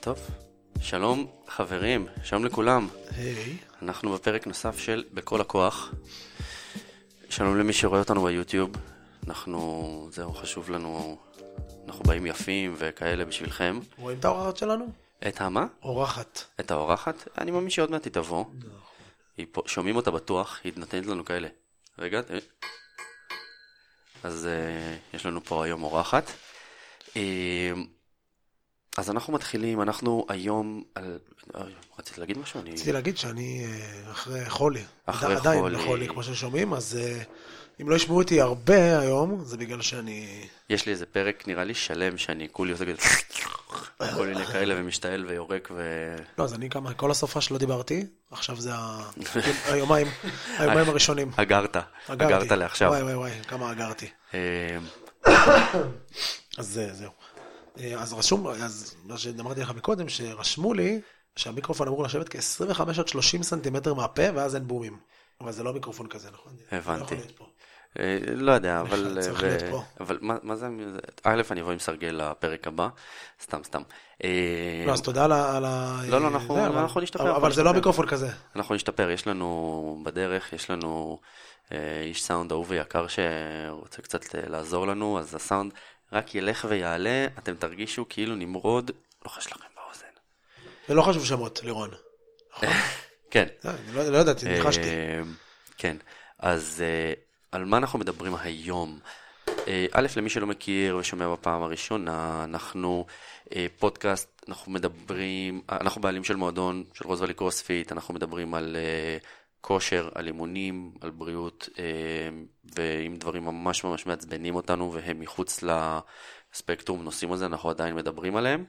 טוב, שלום חברים, שלום לכולם. היי. אנחנו בפרק נוסף של בכל הכוח. שלום למי שרואה אותנו ביוטיוב. זהו, חשוב לנו, אנחנו באים יפים וכאלה בשבילכם. רואים את האורחת שלנו? את המה? אורחת. את האורחת? אני מאמין שעוד מעט היא תבוא. שומעים אותה בטוח, היא נותנת לנו כאלה. רגע, אז יש לנו פה היום אורחת. אז אנחנו מתחילים, אנחנו היום רציתי להגיד משהו? רציתי להגיד שאני אחרי חולי. אחרי עדיין חולי. בחולי, כמו ששומעים, אז אם לא ישמעו אותי הרבה היום, זה בגלל שאני... יש לי איזה פרק, נראה לי שלם, שאני כולי עושה כזה... כל מיני כאלה ומשתעל ויורק ו... לא, אז אני כמה, כל הסופה שלא דיברתי, עכשיו זה היומיים הראשונים. אגרת לעכשיו. וואי, כמה אגרתי. אז זהו. אז רשום, אז מה שאמרתי לך מקודם, שרשמו לי שהמיקרופון אמור לשבת כ-25 עד 30 סנטימטר מהפה, ואז אין בומים. אבל זה לא מיקרופון כזה, נכון? הבנתי. לא יודע, אבל... צריך להיות פה. אבל מה זה... א', אני אבוא עם סרגל לפרק הבא. סתם. לא, אז תודה על ה... לא, אנחנו נשתפר. אבל זה לא מיקרופון כזה. אנחנו נשתפר, יש לנו בדרך, יש לנו איש סאונד אהוב ויקר שרוצה קצת לעזור לנו, אז הסאונד רק ילך ויעלה, אתם תרגישו כאילו נמרוד לוחש לכם באוזן. זה לא חשוב שמות, לירון. כן. אני לא ידעתי, ניחשתי. כן, אז על מה אנחנו מדברים היום? א', למי שלא מכיר ושומע בפעם הראשונה, אנחנו פודקאסט, אנחנו בעלים של מועדון של רוזוואלי קרוספיט, אנחנו מדברים על כושר, על אימונים, על בריאות, ועם דברים ממש מעצבנים אותנו, והם מחוץ לספקטרום נושאים הזה, אנחנו עדיין מדברים עליהם.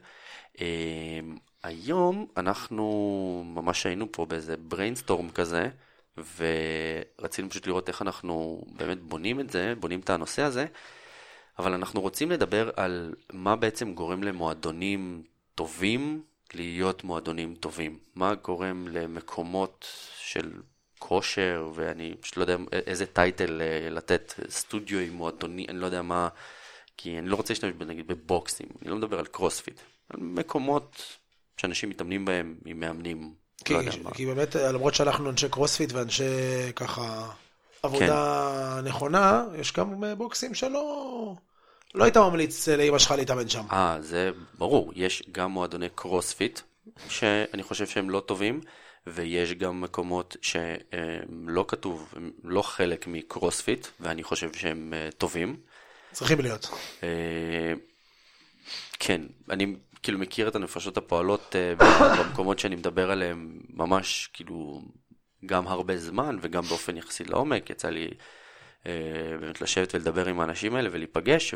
היום אנחנו ממש היינו פה באיזה בריינסטורם כזה, ורצינו פשוט לראות איך אנחנו באמת בונים את הנושא הזה, אבל אנחנו רוצים לדבר על מה בעצם גורם למועדונים טובים להיות מועדונים טובים. מה גורם למקומות של כושר, ואני פשוט לא יודע איזה טייטל לתת, סטודיו עם מועדונים, אני לא יודע מה, כי אני לא רוצה להשתמש נגיד בבוקסים, אני לא מדבר על קרוספיט, על מקומות שאנשים מתאמנים בהם עם מאמנים. כי באמת, למרות שאנחנו אנשי קרוספיט ואנשי ככה עבודה נכונה, יש גם בוקסים שלא היית ממליץ לאמא שלך להתאמן שם. זה ברור, יש גם מועדוני קרוספיט שאני חושב שהם לא טובים, ויש גם מקומות שלא כתוב, הם לא חלק מקרוספיט, ואני חושב שהם טובים. צריכים להיות. כן, אני כאילו מכיר את הנפשות הפועלות במקומות שאני מדבר עליהם ממש כאילו גם הרבה זמן וגם באופן יחסי לעומק. יצא לי באמת לשבת ולדבר עם האנשים האלה ולהיפגש,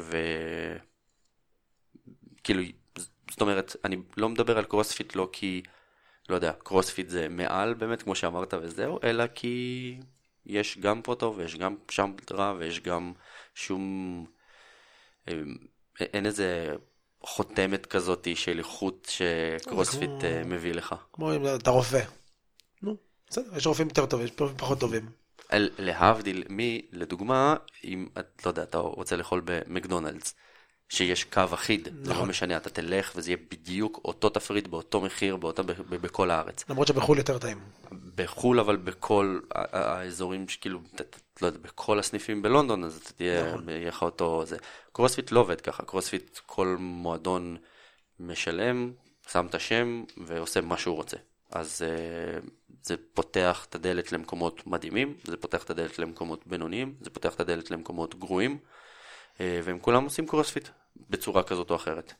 וכאילו זאת אומרת אני לא מדבר על קרוספיט לא כי לא יודע, קרוספיט זה מעל באמת כמו שאמרת וזהו, אלא כי יש גם פה טוב ויש גם שם רע ויש גם שום אין איזה חותמת כזאת של איכות שקרוספיט מביא לך. כמו אם אתה רופא. נו, בסדר, יש רופאים יותר טובים, יש רופאים פחות טובים. להבדיל לדוגמה, אם לא יודע, אתה רוצה לאכול במקדונלדס, שיש קו אחיד, זה לא משנה, אתה תלך וזה יהיה בדיוק אותו תפריט, באותו מחיר, בכל הארץ. למרות שבחול יותר טעים. בחול, אבל בכל האזורים שכאילו, לא יודע, בכל הסניפים בלונדון, אז אתה תהיה לך אותו, זה. קרוספיט לא עובד ככה, קרוספיט כל מועדון משלם, שם את השם ועושה מה שהוא רוצה. אז זה פותח את הדלת למקומות מדהימים, זה פותח את הדלת למקומות בינוניים, זה פותח את הדלת למקומות גרועים, והם כולם עושים קרוספיט בצורה כזאת או אחרת.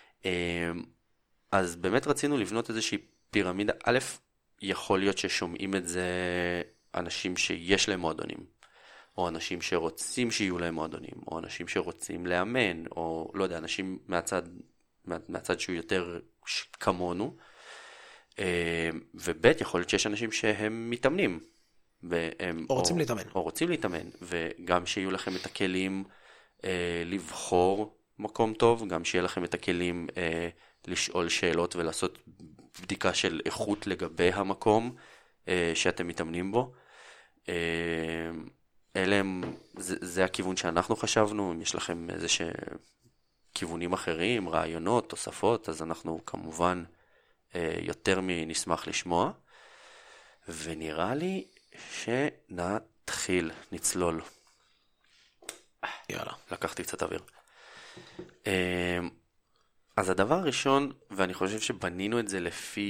אז באמת רצינו לבנות איזושהי פירמידה. א', יכול להיות ששומעים את זה אנשים שיש להם מועדונים, או אנשים שרוצים שיהיו להם מועדונים, או אנשים שרוצים לאמן, או לא יודע, אנשים מהצד שהוא יותר כמונו, וב' יכול להיות שיש אנשים שהם מתאמנים, או רוצים להתאמן. וגם שיהיו לכם את הכלים לבחור מקום טוב, גם שיהיה לכם את הכלים לשאול שאלות ולעשות בדיקה של איכות לגבי המקום שאתם מתאמנים בו. זה הכיוון שאנחנו חשבנו. אם יש לכם איזה כיוונים אחרים, רעיונות, תוספות, אז אנחנו כמובן יותר מנשמח לשמוע, ונראה לי שנתחיל, נצלול. יאללה. לקחתי קצת אוויר. אז הדבר הראשון, ואני חושב שבנינו את זה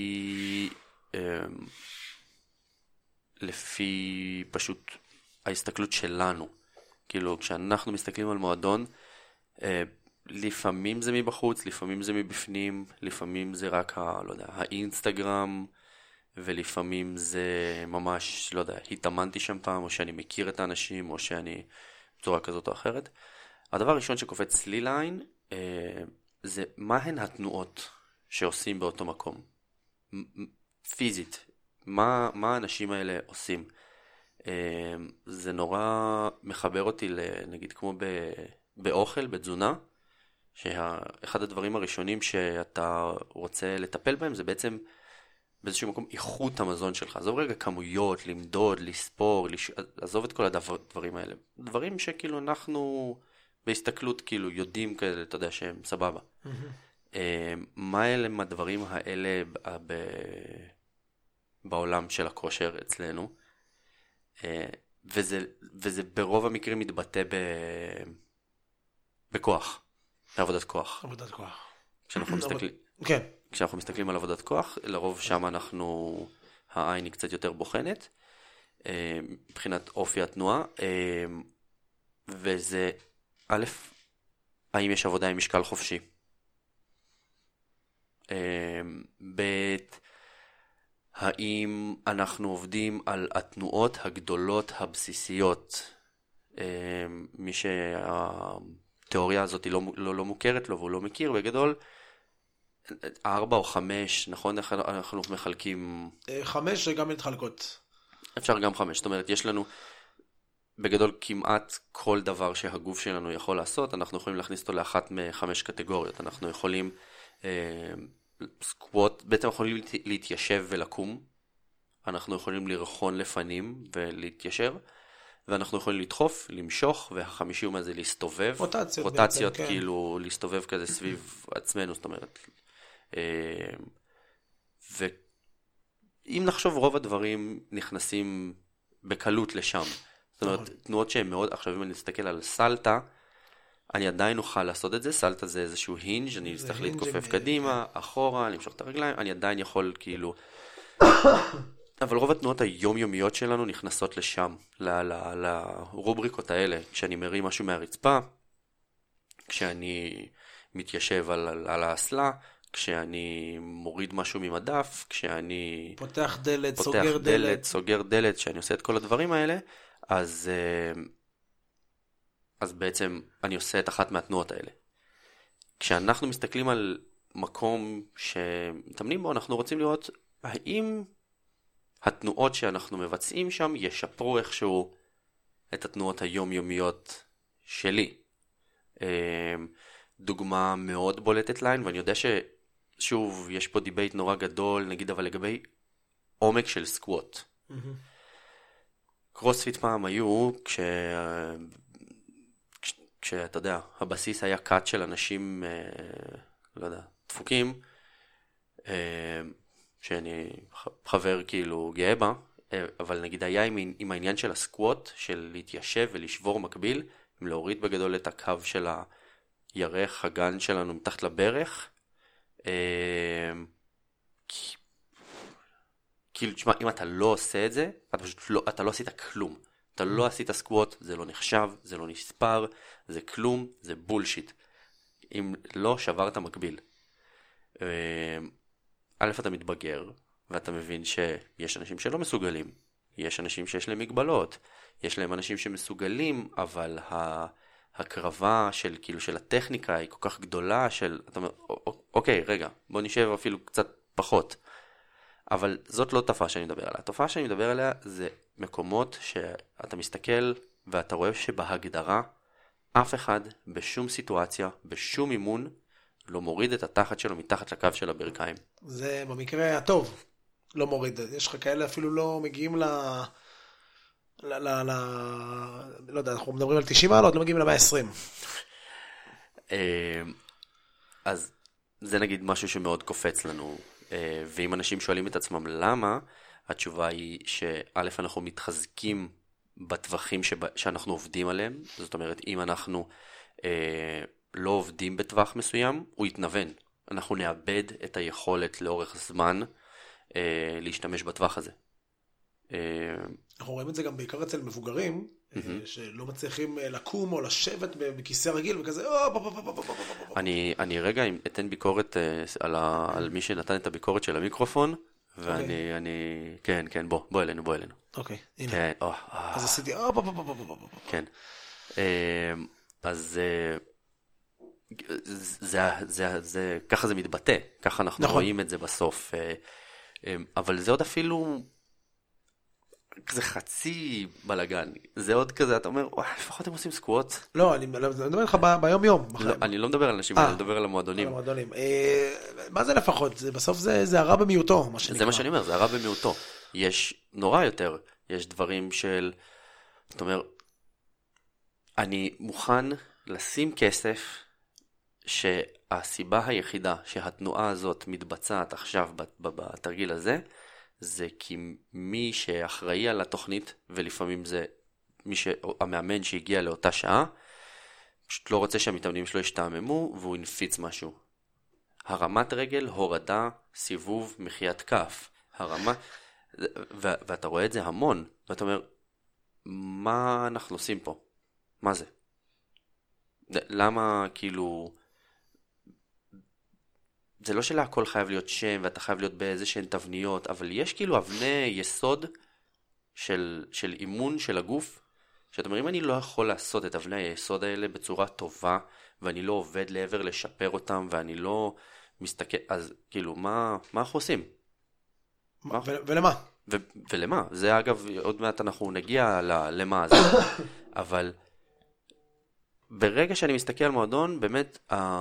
לפי פשוט ההסתכלות שלנו. כאילו, כשאנחנו מסתכלים על מועדון, לפעמים זה מבחוץ, לפעמים זה מבפנים, לפעמים זה רק, לא יודע, האינסטגרם, ולפעמים זה ממש, לא יודע, התאמנתי שם פעם, או שאני מכיר את האנשים, או שאני בצורה כזאת או אחרת. הדבר הראשון שקופץ לי לעין, זה מהן התנועות שעושים באותו מקום. פיזית, מה האנשים האלה עושים. זה נורא מחבר אותי, נגיד כמו באוכל, בתזונה, שאחד הדברים הראשונים שאתה רוצה לטפל בהם, זה בעצם באיזשהו מקום איכות המזון שלך. עזוב רגע כמויות, למדוד, לספור, עזוב את כל הדברים האלה. דברים שכאילו אנחנו בהסתכלות כאילו יודעים כאלה, אתה יודע שהם סבבה. מה אלה הדברים האלה בעולם של הכושר אצלנו? וזה ברוב המקרים מתבטא בכוח, בעבודת כוח. עבודת כוח. כשאנחנו מסתכלים על עבודת כוח, לרוב שם העין היא קצת יותר בוחנת, מבחינת אופי התנועה, וזה, א', האם יש עבודה עם משקל חופשי? ב', האם אנחנו עובדים על התנועות הגדולות הבסיסיות? מי שהתיאוריה הזאת לא מוכרת לו והוא לא מכיר, בגדול, 4 או 5, נכון? אנחנו מחלקים... 5 זה גם מתחלקות. אפשר גם 5, זאת אומרת, יש לנו בגדול כמעט כל דבר שהגוף שלנו יכול לעשות, אנחנו יכולים להכניס אותו לאחת מ5 קטגוריות. אנחנו יכולים סקווט, בעצם יכולים להתיישב ולקום, אנחנו יכולים לרחון לפנים ולהתיישר, ואנחנו יכולים לדחוף, למשוך, והחמישי הזה להסתובב. רוטציות כן. כאילו להסתובב כזה סביב עצמנו, זאת אומרת. ואם נחשוב רוב הדברים נכנסים בקלות לשם. זאת אומרת, תנועות שהן מאוד, עכשיו אם אני אסתכל על סלטה, אני עדיין אוכל לעשות את זה, סלטה זה איזשהו הינג', אני אצטרך להתכופף קדימה, אחורה, למשוך את הרגליים, אני עדיין יכול כאילו... אבל רוב התנועות היומיומיות שלנו נכנסות לשם, לרובריקות האלה, כשאני מרים משהו מהרצפה, כשאני מתיישב על האסלה, כשאני מוריד משהו ממדף, כשאני... פותח דלת, סוגר דלת, כשאני עושה את כל הדברים האלה, אז בעצם אני עושה את אחת מהתנועות האלה. כשאנחנו מסתכלים על מקום שמתאמנים בו, אנחנו רוצים לראות האם התנועות שאנחנו מבצעים שם ישפרו איכשהו את התנועות היומיומיות שלי. דוגמה מאוד בולטת ליין, ואני יודע ששוב יש פה דיבייט נורא גדול, נגיד אבל לגבי עומק של סקווט. קרוספיט פעם היו, כשאתה יודע, הבסיס היה קאט של אנשים, לא יודע, דפוקים, שאני חבר כאילו גאה בה, אבל נגיד היה עם העניין של הסקווט, של להתיישב ולשבור מקביל, עם להוריד בגדול את הקו של הירך, הגן שלנו מתחת לברך, כאילו, תשמע, אם אתה לא עושה את זה, אתה לא עשית כלום. אתה לא עשית סקווט, זה לא נחשב, זה לא נספר, זה כלום, זה בולשיט. אם לא, שברת מקביל. א', אתה מתבגר, ואתה מבין שיש אנשים שלא מסוגלים. יש אנשים שיש להם מגבלות. יש להם אנשים שמסוגלים, אבל הקרבה של, כאילו, של הטכניקה היא כל כך גדולה, אתה אומר, אוקיי, רגע, בוא נשב אפילו קצת פחות. אבל זאת לא תופעה שאני מדבר עליה. התופעה שאני מדבר עליה זה מקומות שאתה מסתכל ואתה רואה שבהגדרה אף אחד בשום סיטואציה, בשום אימון, לא מוריד את התחת שלו מתחת לקו של הברכיים. זה במקרה הטוב, לא מוריד. יש לך כאלה אפילו לא מגיעים לא יודע, אנחנו מדברים על 90 מעלות, לא מגיעים ל-120. אז זה נגיד משהו שמאוד קופץ לנו ואם אנשים שואלים את עצמם למה, התשובה היא שא' אנחנו מתחזקים בטווחים שאנחנו עובדים עליהם, זאת אומרת אם אנחנו לא עובדים בטווח מסוים, הוא יתנוון. אנחנו נאבד את היכולת לאורך זמן להשתמש בטווח הזה. אנחנו רואים את זה גם בעיקר אצל מבוגרים, שלא מצליחים לקום או לשבת בכיסא רגיל וכזה, אני רגע אתן ביקורת על מי שנתן את הביקורת של המיקרופון, ואני, כן, בוא אלינו. אוקיי, הנה. כן, אז עשיתי, כן. אז ככה זה מתבטא, ככה אנחנו רואים את זה בסוף. אבל זה עוד אפילו כזה חצי בלגן, זה עוד כזה, אתה אומר, לפחות הם עושים סקווט. לא, אני מדבר לך ביום יום. אני לא מדבר על אנשים, אני מדבר על המועדונים. מה זה לפחות? בסוף זה הרע במיעוטו, מה שנקרא. זה מה שאני אומר, זה הרע במיעוטו. יש נורא יותר, יש דברים של, זאת אומרת, אני מוכן לשים כסף שהסיבה היחידה שהתנועה הזאת מתבצעת עכשיו בתרגיל הזה, זה כי מי שאחראי על התוכנית, ולפעמים זה המאמן שהגיע לאותה שעה, פשוט לא רוצה שהמתאמנים שלו ישתעממו, והוא ינפיץ משהו. הרמת רגל, הורדה, סיבוב, מחיית כף. ואתה רואה את זה המון, ואתה אומר, מה אנחנו עושים פה? מה זה? למה כאילו... זה לא שלהכל חייב להיות שם, ואתה חייב להיות באיזה שהן תבניות, אבל יש כאילו אבני יסוד של אימון של הגוף, שאתה אומר, אם אני לא יכול לעשות את אבני היסוד האלה בצורה טובה, ואני לא עובד לעבר לשפר אותם, ואני לא מסתכל, אז כאילו, מה אנחנו עושים? ולמה? ולמה? זה אגב, עוד מעט אנחנו נגיע למה הזה, אבל ברגע שאני מסתכל על מועדון, באמת,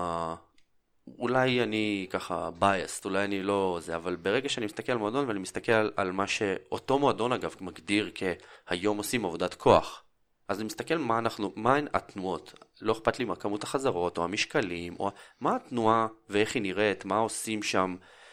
אולי אני ככה biased, אולי אני לא זה, אבל ברגע שאני מסתכל על מועדון ואני מסתכל על מה שאותו מועדון אגב מגדיר כהיום עושים עבודת כוח, אז אני מסתכל מה הן התנועות, לא אכפת לי מה כמות החזרות או המשקלים, או מה התנועה ואיך היא נראית, מה עושים שם,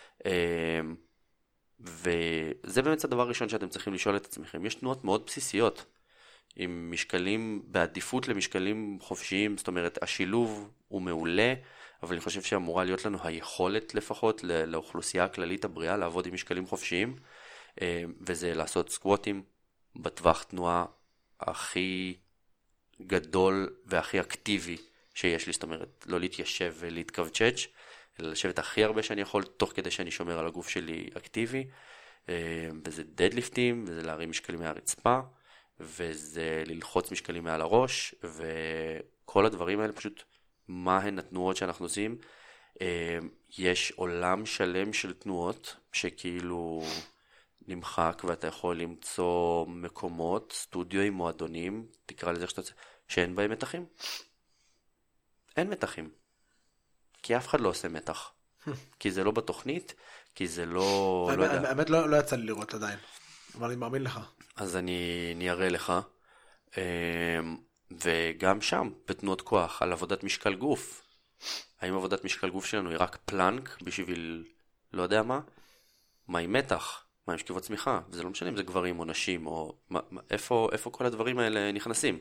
וזה באמת הדבר הראשון שאתם צריכים לשאול את עצמכם. יש תנועות מאוד בסיסיות, עם משקלים, בעדיפות למשקלים חופשיים, זאת אומרת השילוב הוא מעולה, אבל אני חושב שאמורה להיות לנו היכולת לפחות לאוכלוסייה הכללית הבריאה לעבוד עם משקלים חופשיים, וזה לעשות סקווטים בטווח תנועה הכי גדול והכי אקטיבי שיש לי, זאת אומרת לא להתיישב ולהתכווצ'ץ', אלא לשבת הכי הרבה שאני יכול תוך כדי שאני שומר על הגוף שלי אקטיבי, וזה דדליפטים, וזה להרים משקלים מהרצפה, וזה ללחוץ משקלים מעל הראש, וכל הדברים האלה פשוט מה הן התנועות שאנחנו עושים. יש עולם שלם של תנועות שכאילו נמחק, ואתה יכול למצוא מקומות, סטודיו עם מועדונים, תקרא לזה שאתה רוצה, שאין בהם מתחים. אין מתחים. כי אף אחד לא עושה מתח. כי זה לא בתוכנית, כי זה לא... האמת לא יצא לי לראות עדיין, אבל אני מאמין לך. אז אני אראה לך. וגם שם, בתנועות כוח, על עבודת משקל גוף. האם עבודת משקל גוף שלנו היא רק פלנק בשביל לא יודע מה? מה עם מתח? מה עם שכיבות צמיחה? וזה לא משנה אם זה גברים או נשים, או איפה כל הדברים האלה נכנסים.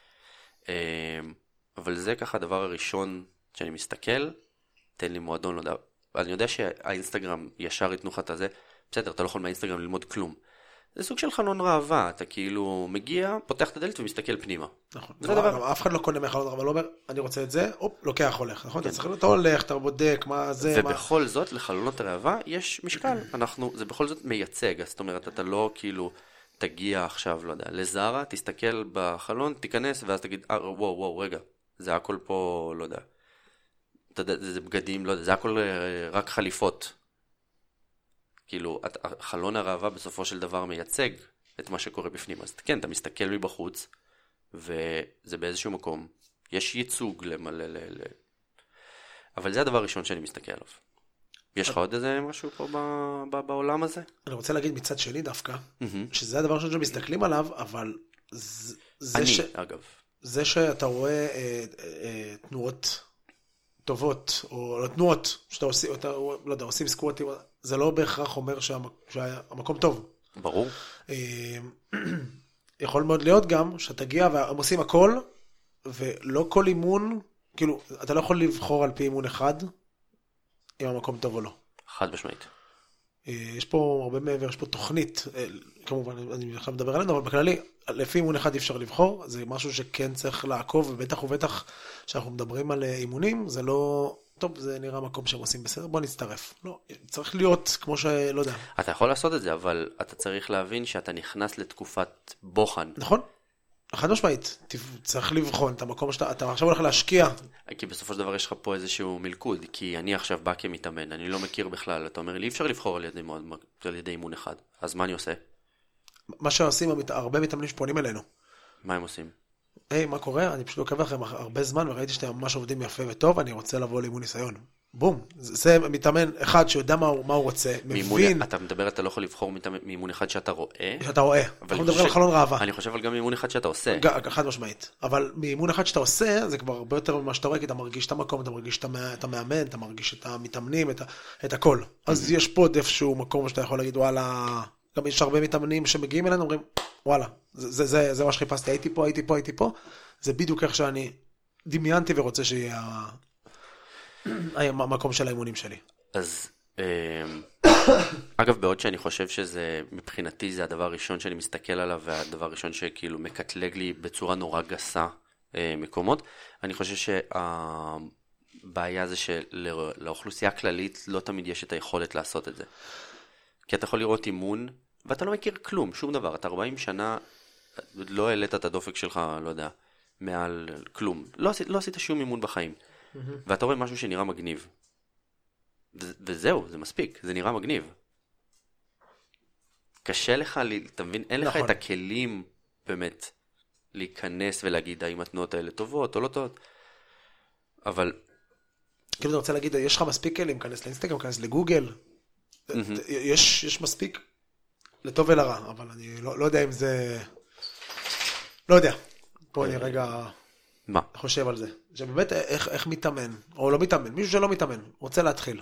אבל זה ככה הדבר הראשון שאני מסתכל, תן לי מועדון, לא יודע. אני יודע שהאינסטגרם ישר ייתנו לך את הזה, בסדר, אתה לא יכול מהאינסטגרם ללמוד כלום. זה סוג של חלון ראווה, אתה כאילו מגיע, פותח את הדלת ומסתכל פנימה. נכון. אף אחד לא קונה מהחלון ראווה, לא אומר, אני רוצה את זה, לוקח הולך, נכון? אתה צריך אתה הולך, אתה בודק, מה זה, מה... ובכל זאת, לחלונות ראווה יש משקל. זה בכל זאת מייצג, זאת אומרת, אתה לא כאילו תגיע עכשיו, לא יודע, לזרה, תסתכל בחלון, תיכנס, ואז תגיד, וואו, רגע, זה הכל פה, לא יודע. זה בגדים, לא יודע, זה הכל רק חליפות. כאילו, חלון הראווה בסופו של דבר מייצג את מה שקורה בפנים. אז כן, אתה מסתכל מבחוץ, וזה באיזשהו מקום. יש ייצוג למלא, אבל זה הדבר הראשון שאני מסתכל עליו. יש לך עוד איזה משהו פה בעולם הזה? אני רוצה להגיד מצד שני דווקא, שזה הדבר הראשון שמסתכלים עליו, אבל אגב. זה שאתה רואה תנועות טובות, או תנועות שאתה עושים, לא יודע, עושים סקווטים, זה לא בהכרח אומר שהמקום טוב. ברור. יכול מאוד להיות גם שתגיע והם עושים הכל, ולא כל אימון, כאילו, אתה לא יכול לבחור על פי אימון אחד, אם המקום טוב או לא. חד משמעית. יש פה הרבה מעבר, יש פה תוכנית, כמובן, אני עכשיו מדבר עלינו, אבל בכללי, לפי אימון אחד אי אפשר לבחור, זה משהו שכן צריך לעקוב, ובטח ובטח שאנחנו מדברים על אימונים, זה לא, טוב, זה נראה מקום שהם עושים בסדר, בוא נצטרף. לא, צריך להיות כמו שלא יודע. אתה יכול לעשות את זה, אבל אתה צריך להבין שאתה נכנס לתקופת בוחן. נכון? חד משמעית, צריך לבחון את המקום שאתה עכשיו הולך להשקיע. כי בסופו של דבר יש לך פה איזשהו מלכוד, כי אני עכשיו בא כמתאמן, אני לא מכיר בכלל, אתה אומר לי, אי אפשר לבחור על ידי אימון אחד, אז מה אני עושה? מה שעושים, הרבה מתאמנים שפונים אלינו. מה הם עושים? היי, מה קורה? אני פשוט עוקב לכם הרבה זמן, וראיתי שאתם ממש עובדים יפה וטוב, אני רוצה לבוא לאימון ניסיון. בום. זה מתאמן אחד שיודע מה הוא רוצה, מבין. אתה מדבר, אתה לא יכול לבחור מאימון אחד שאתה רואה. שאתה רואה. אנחנו מדברים על חלון ראווה. אני חושב על גם מאימון אחד שאתה עושה. חד משמעית. אבל מאימון אחד שאתה עושה, זה כבר הרבה יותר ממה שאתה רואה, כי אתה מרגיש את המקום, אתה מרגיש את המאמן, אתה מרגיש את המתאמנים, את הכל. אז יש פה עוד איפשהו מקום שאתה יכול להגיד, וואלה, גם יש הרבה מתאמנים שמגיעים אלינו, אומרים, וואלה, זה מה שחיפשתי, הייתי פה. זה בדיוק איך שאני דמיינתי ורוצה שיהיה המקום של האימונים שלי. אז, אגב, בעוד שאני חושב שזה, מבחינתי זה הדבר הראשון שאני מסתכל עליו, והדבר הראשון שכאילו מקטלג לי בצורה נורא גסה מקומות, אני חושב שהבעיה זה שלאוכלוסייה כללית לא תמיד יש את היכולת לעשות את זה. כי אתה יכול לראות אימון, ואתה לא מכיר כלום, שום דבר. אתה 40 שנה, לא העלית את הדופק שלך, לא יודע, מעל כלום. לא עשית שום אימון בחיים. ואתה רואה משהו שנראה מגניב. וזהו, זה מספיק, זה נראה מגניב. קשה לך, אתה מבין, אין לך את הכלים באמת להיכנס ולהגיד האם התנועות האלה טובות או לא טובות. אבל... כאילו אתה רוצה להגיד, יש לך מספיק כלים, כנס לאינסטגרם, כנס לגוגל. יש מספיק לטוב ולרע, אבל אני לא יודע אם זה... לא יודע. פה אני רגע... מה? חושב על זה. שבאמת איך מתאמן, או לא מתאמן, מישהו שלא מתאמן, רוצה להתחיל.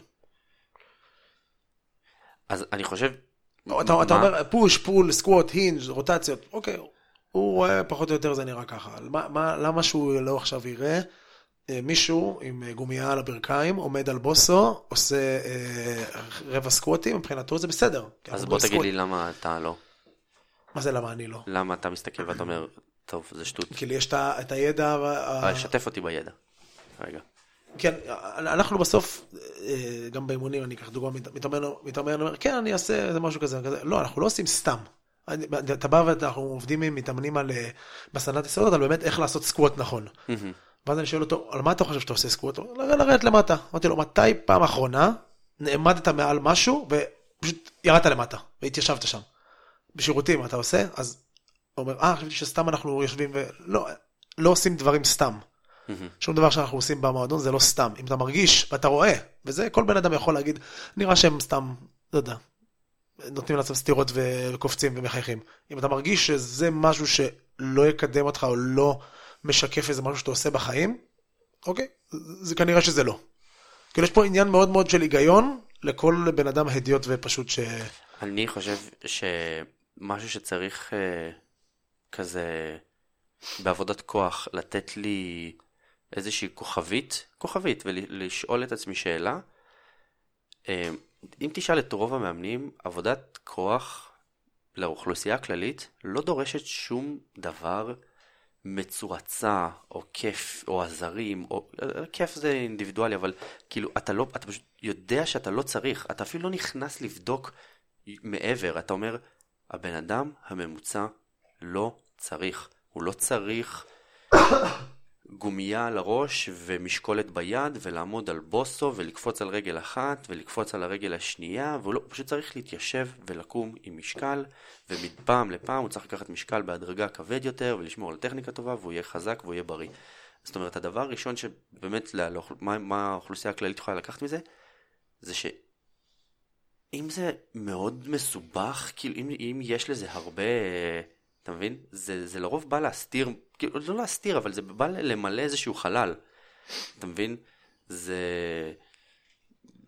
אז אני חושב... אתה אומר פוש, פול, סקווט, הינג', רוטציות, אוקיי, הוא רואה פחות או יותר זה נראה ככה. למה שהוא לא עכשיו יראה מישהו עם גומייה על הברכיים, עומד על בוסו, עושה רבע סקווטים, מבחינתו זה בסדר. אז בוא תגיד לי למה אתה לא. מה זה למה אני לא? למה אתה מסתכל ואתה אומר, טוב, זה שטות. כי לי יש את הידע... שתף אותי בידע. רגע. כן, אנחנו בסוף, גם באימונים, אני אקח דוגמה, מתאמן, אומר, כן, אני אעשה איזה משהו כזה. לא, אנחנו לא עושים סתם. אתה בא ואנחנו עובדים עם מתאמנים על בסדנת יסודות, על באמת איך לעשות סקווט נכון. ואז אני שואל אותו, על מה אתה חושב שאתה עושה סקווט? לרדת למטה. אמרתי לו, מתי פעם אחרונה נעמדת מעל משהו, ופשוט ירדת למטה, והתיישבת שם. בשירותים, מה אתה עושה? אז הוא אומר, חשבתי שסתם אנחנו יושבים ולא עושים דברים סתם. שום דבר שאנחנו עושים במועדון זה לא סתם. אם אתה מרגיש ואתה רואה, וזה כל בן אדם יכול להגיד, נראה שהם סתם, לא יודע, נותנים לעצמם סתירות וקופצים ומחייכים. אם אתה מרגיש שזה משהו שלא יקדם אותך או לא משקף איזה משהו שאתה עושה בחיים, אוקיי, זה כנראה שזה לא. כאילו יש פה עניין מאוד מאוד של היגיון לכל בן אדם הדיוט ופשוט אני חושב שמשהו שצריך כזה בעבודת כוח לתת לי איזושהי כוכבית ולשאול את עצמי שאלה. אם תשאל את רוב המאמנים, עבודת כוח לאוכלוסייה הכללית לא דורשת שום דבר מצורצה או כיף או עזרים, או כיף זה אינדיבידואלי, אבל כאילו אתה פשוט יודע שאתה לא צריך, אתה אפילו לא נכנס לבדוק מעבר, אתה אומר, הבן אדם הממוצע לא צריך, הוא לא צריך גומייה על הראש ומשקולת ביד ולעמוד על בוסו ולקפוץ על רגל אחת ולקפוץ על הרגל השנייה, והוא פשוט צריך להתיישב ולקום עם משקל, ומפעם לפעם הוא צריך לקחת משקל בהדרגה כבד יותר ולשמור על טכניקה טובה, והוא יהיה חזק והוא יהיה בריא. זאת אומרת, הדבר הראשון שבאמת מה האוכלוסייה הכללית יכולה לקחת מזה, זה שאם זה מאוד מסובך, כאילו אם יש לזה הרבה... אתה מבין? זה לרוב בא להסתיר, כאילו, לא להסתיר, אבל זה בא למלא איזשהו חלל. אתה מבין?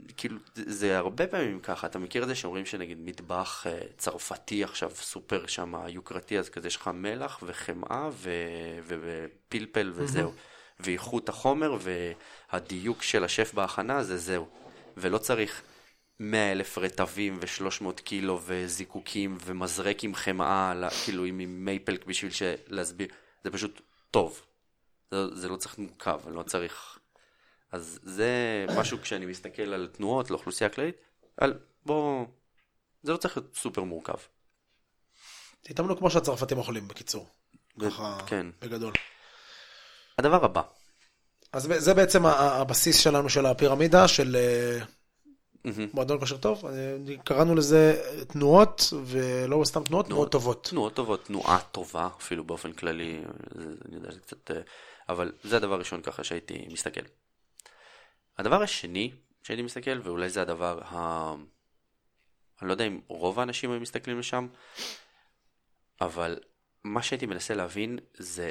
כאילו, זה הרבה פעמים ככה, אתה מכיר את זה שאומרים שנגיד מטבח צרפתי עכשיו סופר שם יוקרתי, אז כזה יש לך מלח וחמאה ופלפל וזהו. ואיכות החומר והדיוק של השף בהכנה זה זהו. ולא צריך 100,000 רטבים ו300 קילו וזיקוקים ומזרק עם חמאה, כאילו עם מייפלק בשביל להסביר. זה פשוט טוב. זה לא צריך מורכב, אני לא צריך... אז זה משהו כשאני מסתכל על תנועות לאוכלוסייה הכללית, זה לא צריך להיות סופר מורכב. תתאמנו כמו שהצרפתים אוכלים, בקיצור. ככה, כן. בגדול. הדבר הבא. אז זה בעצם הבסיס שלנו של הפירמידה, של מועדון כושר טוב. קראנו לזה תנועות, ולא סתם תנועות, תנועות טובות. תנועות טובות, תנועה טובה, אפילו באופן כללי, אני יודע, זה קצת... אבל זה הדבר הראשון ככה שהייתי מסתכל. הדבר השני שהייתי מסתכל, ואולי זה הדבר אני לא יודע אם רוב האנשים היו מסתכלים לשם, אבל מה שהייתי מנסה להבין זה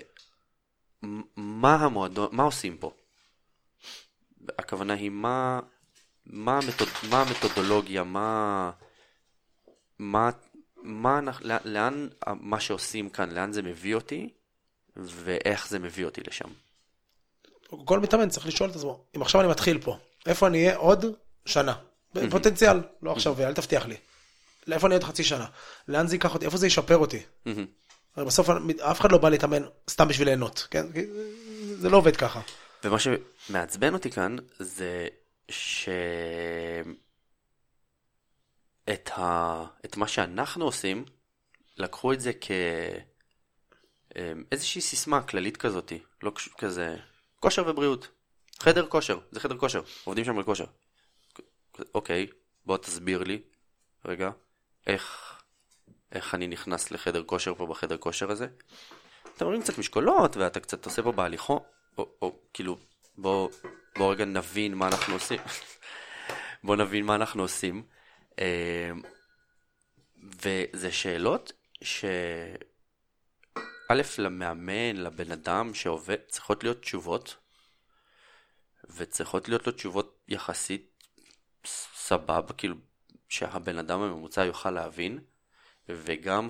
מה עושים פה. הכוונה היא מה המתודולוגיה, לאן מה שעושים כאן, לאן זה מביא אותי, ואיך זה מביא אותי לשם. כל מתאמן צריך לשאול את עצמו, אם עכשיו אני מתחיל פה, איפה אני אהיה עוד שנה? פוטנציאל, לא עכשיו, אל תבטיח לי. לאיפה אני עוד חצי שנה? לאן זה ייקח אותי? איפה זה ישפר אותי? הרי בסוף אף אחד לא בא להתאמן סתם בשביל ליהנות, כן? זה לא עובד ככה. ומה שמעצבן אותי כאן, זה את מה שאנחנו עושים, לקחו את זה כאיזושהי סיסמה כללית כזאת, לא כזה... כושר ובריאות. חדר כושר, זה חדר כושר. עובדים שם על כושר. אוקיי, בוא תסביר לי, רגע, איך אני נכנס לחדר כושר פה בחדר כושר הזה. אתה מרים קצת משקולות, ואתה קצת עושה פה בהליכו, או כאילו, בוא רגע נבין מה אנחנו עושים. בוא נבין מה אנחנו עושים. וזה שאלות א', למאמן, לבן אדם שעובד, צריכות להיות תשובות, וצריכות להיות לו תשובות יחסית סבבה, כאילו שהבן אדם הממוצע יוכל להבין, וגם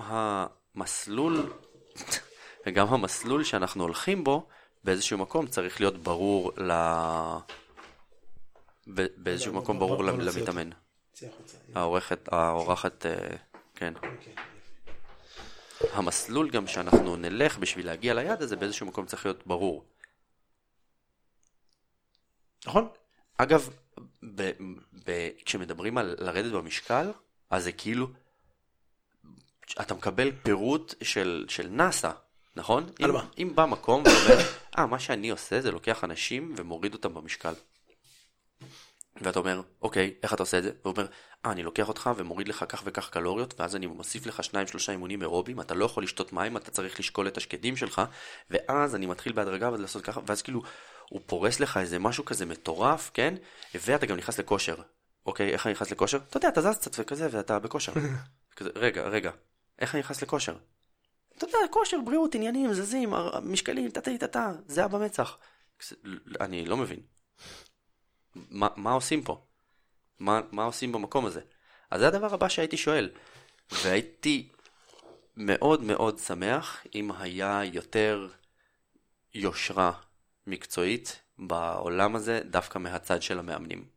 המסלול שאנחנו הולכים בו, באיזשהו מקום צריך להיות ברור באיזשהו מקום ברור למתאמן. האורחת, כן. המסלול גם שאנחנו נלך בשביל להגיע ליד הזה באיזשהו מקום צריך להיות ברור. נכון? אגב, כשמדברים על לרדת במשקל, אז זה כאילו, אתה מקבל פירוט של נאסא, נכון? על מה? אם בא מקום ואומר, מה שאני עושה זה לוקח אנשים ומוריד אותם במשקל. ואתה אומר, אוקיי, איך אתה עושה את זה? והוא אומר, אני לוקח אותך ומוריד לך כך וכך קלוריות, ואז אני מוסיף לך 2-3 אימונים אירובים, אתה לא יכול לשתות מים, אתה צריך לשקול את השקדים שלך, ואז אני מתחיל בהדרגה ולעשות ככה, ואז כאילו הוא פורס לך איזה משהו כזה מטורף, כן? ואתה גם נכנס לכושר. אוקיי, איך אני נכנס לכושר? אתה יודע, אתה זז קצת וכזה, ואתה בכושר. רגע, איך אני נכנס לכושר? אתה יודע, כושר, בריאות, עניינים, זזים, משקלים, תתה, זה היה במצח. אני לא מבין. מה עושים פה? מה עושים במקום הזה? אז זה הדבר הבא שהייתי שואל. והייתי מאוד מאוד שמח אם היה יותר יושרה מקצועית בעולם הזה, דווקא מהצד של המאמנים.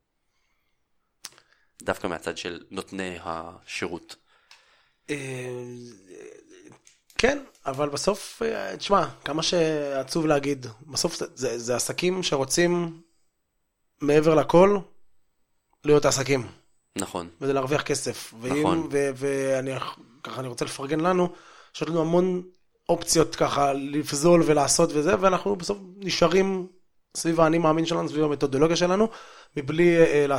דווקא מהצד של נותני השירות. כן, אבל בסוף, תשמע, כמה שעצוב להגיד, בסוף זה עסקים שרוצים מעבר לכל להיות עסקים. נכון. וזה להרוויח כסף. נכון. ככה אני רוצה לפרגן לנו, יש לנו המון אופציות ככה לפזול ולעשות וזה, ואנחנו בסוף נשארים סביב האני מאמין שלנו, סביב המתודולוגיה שלנו, מבלי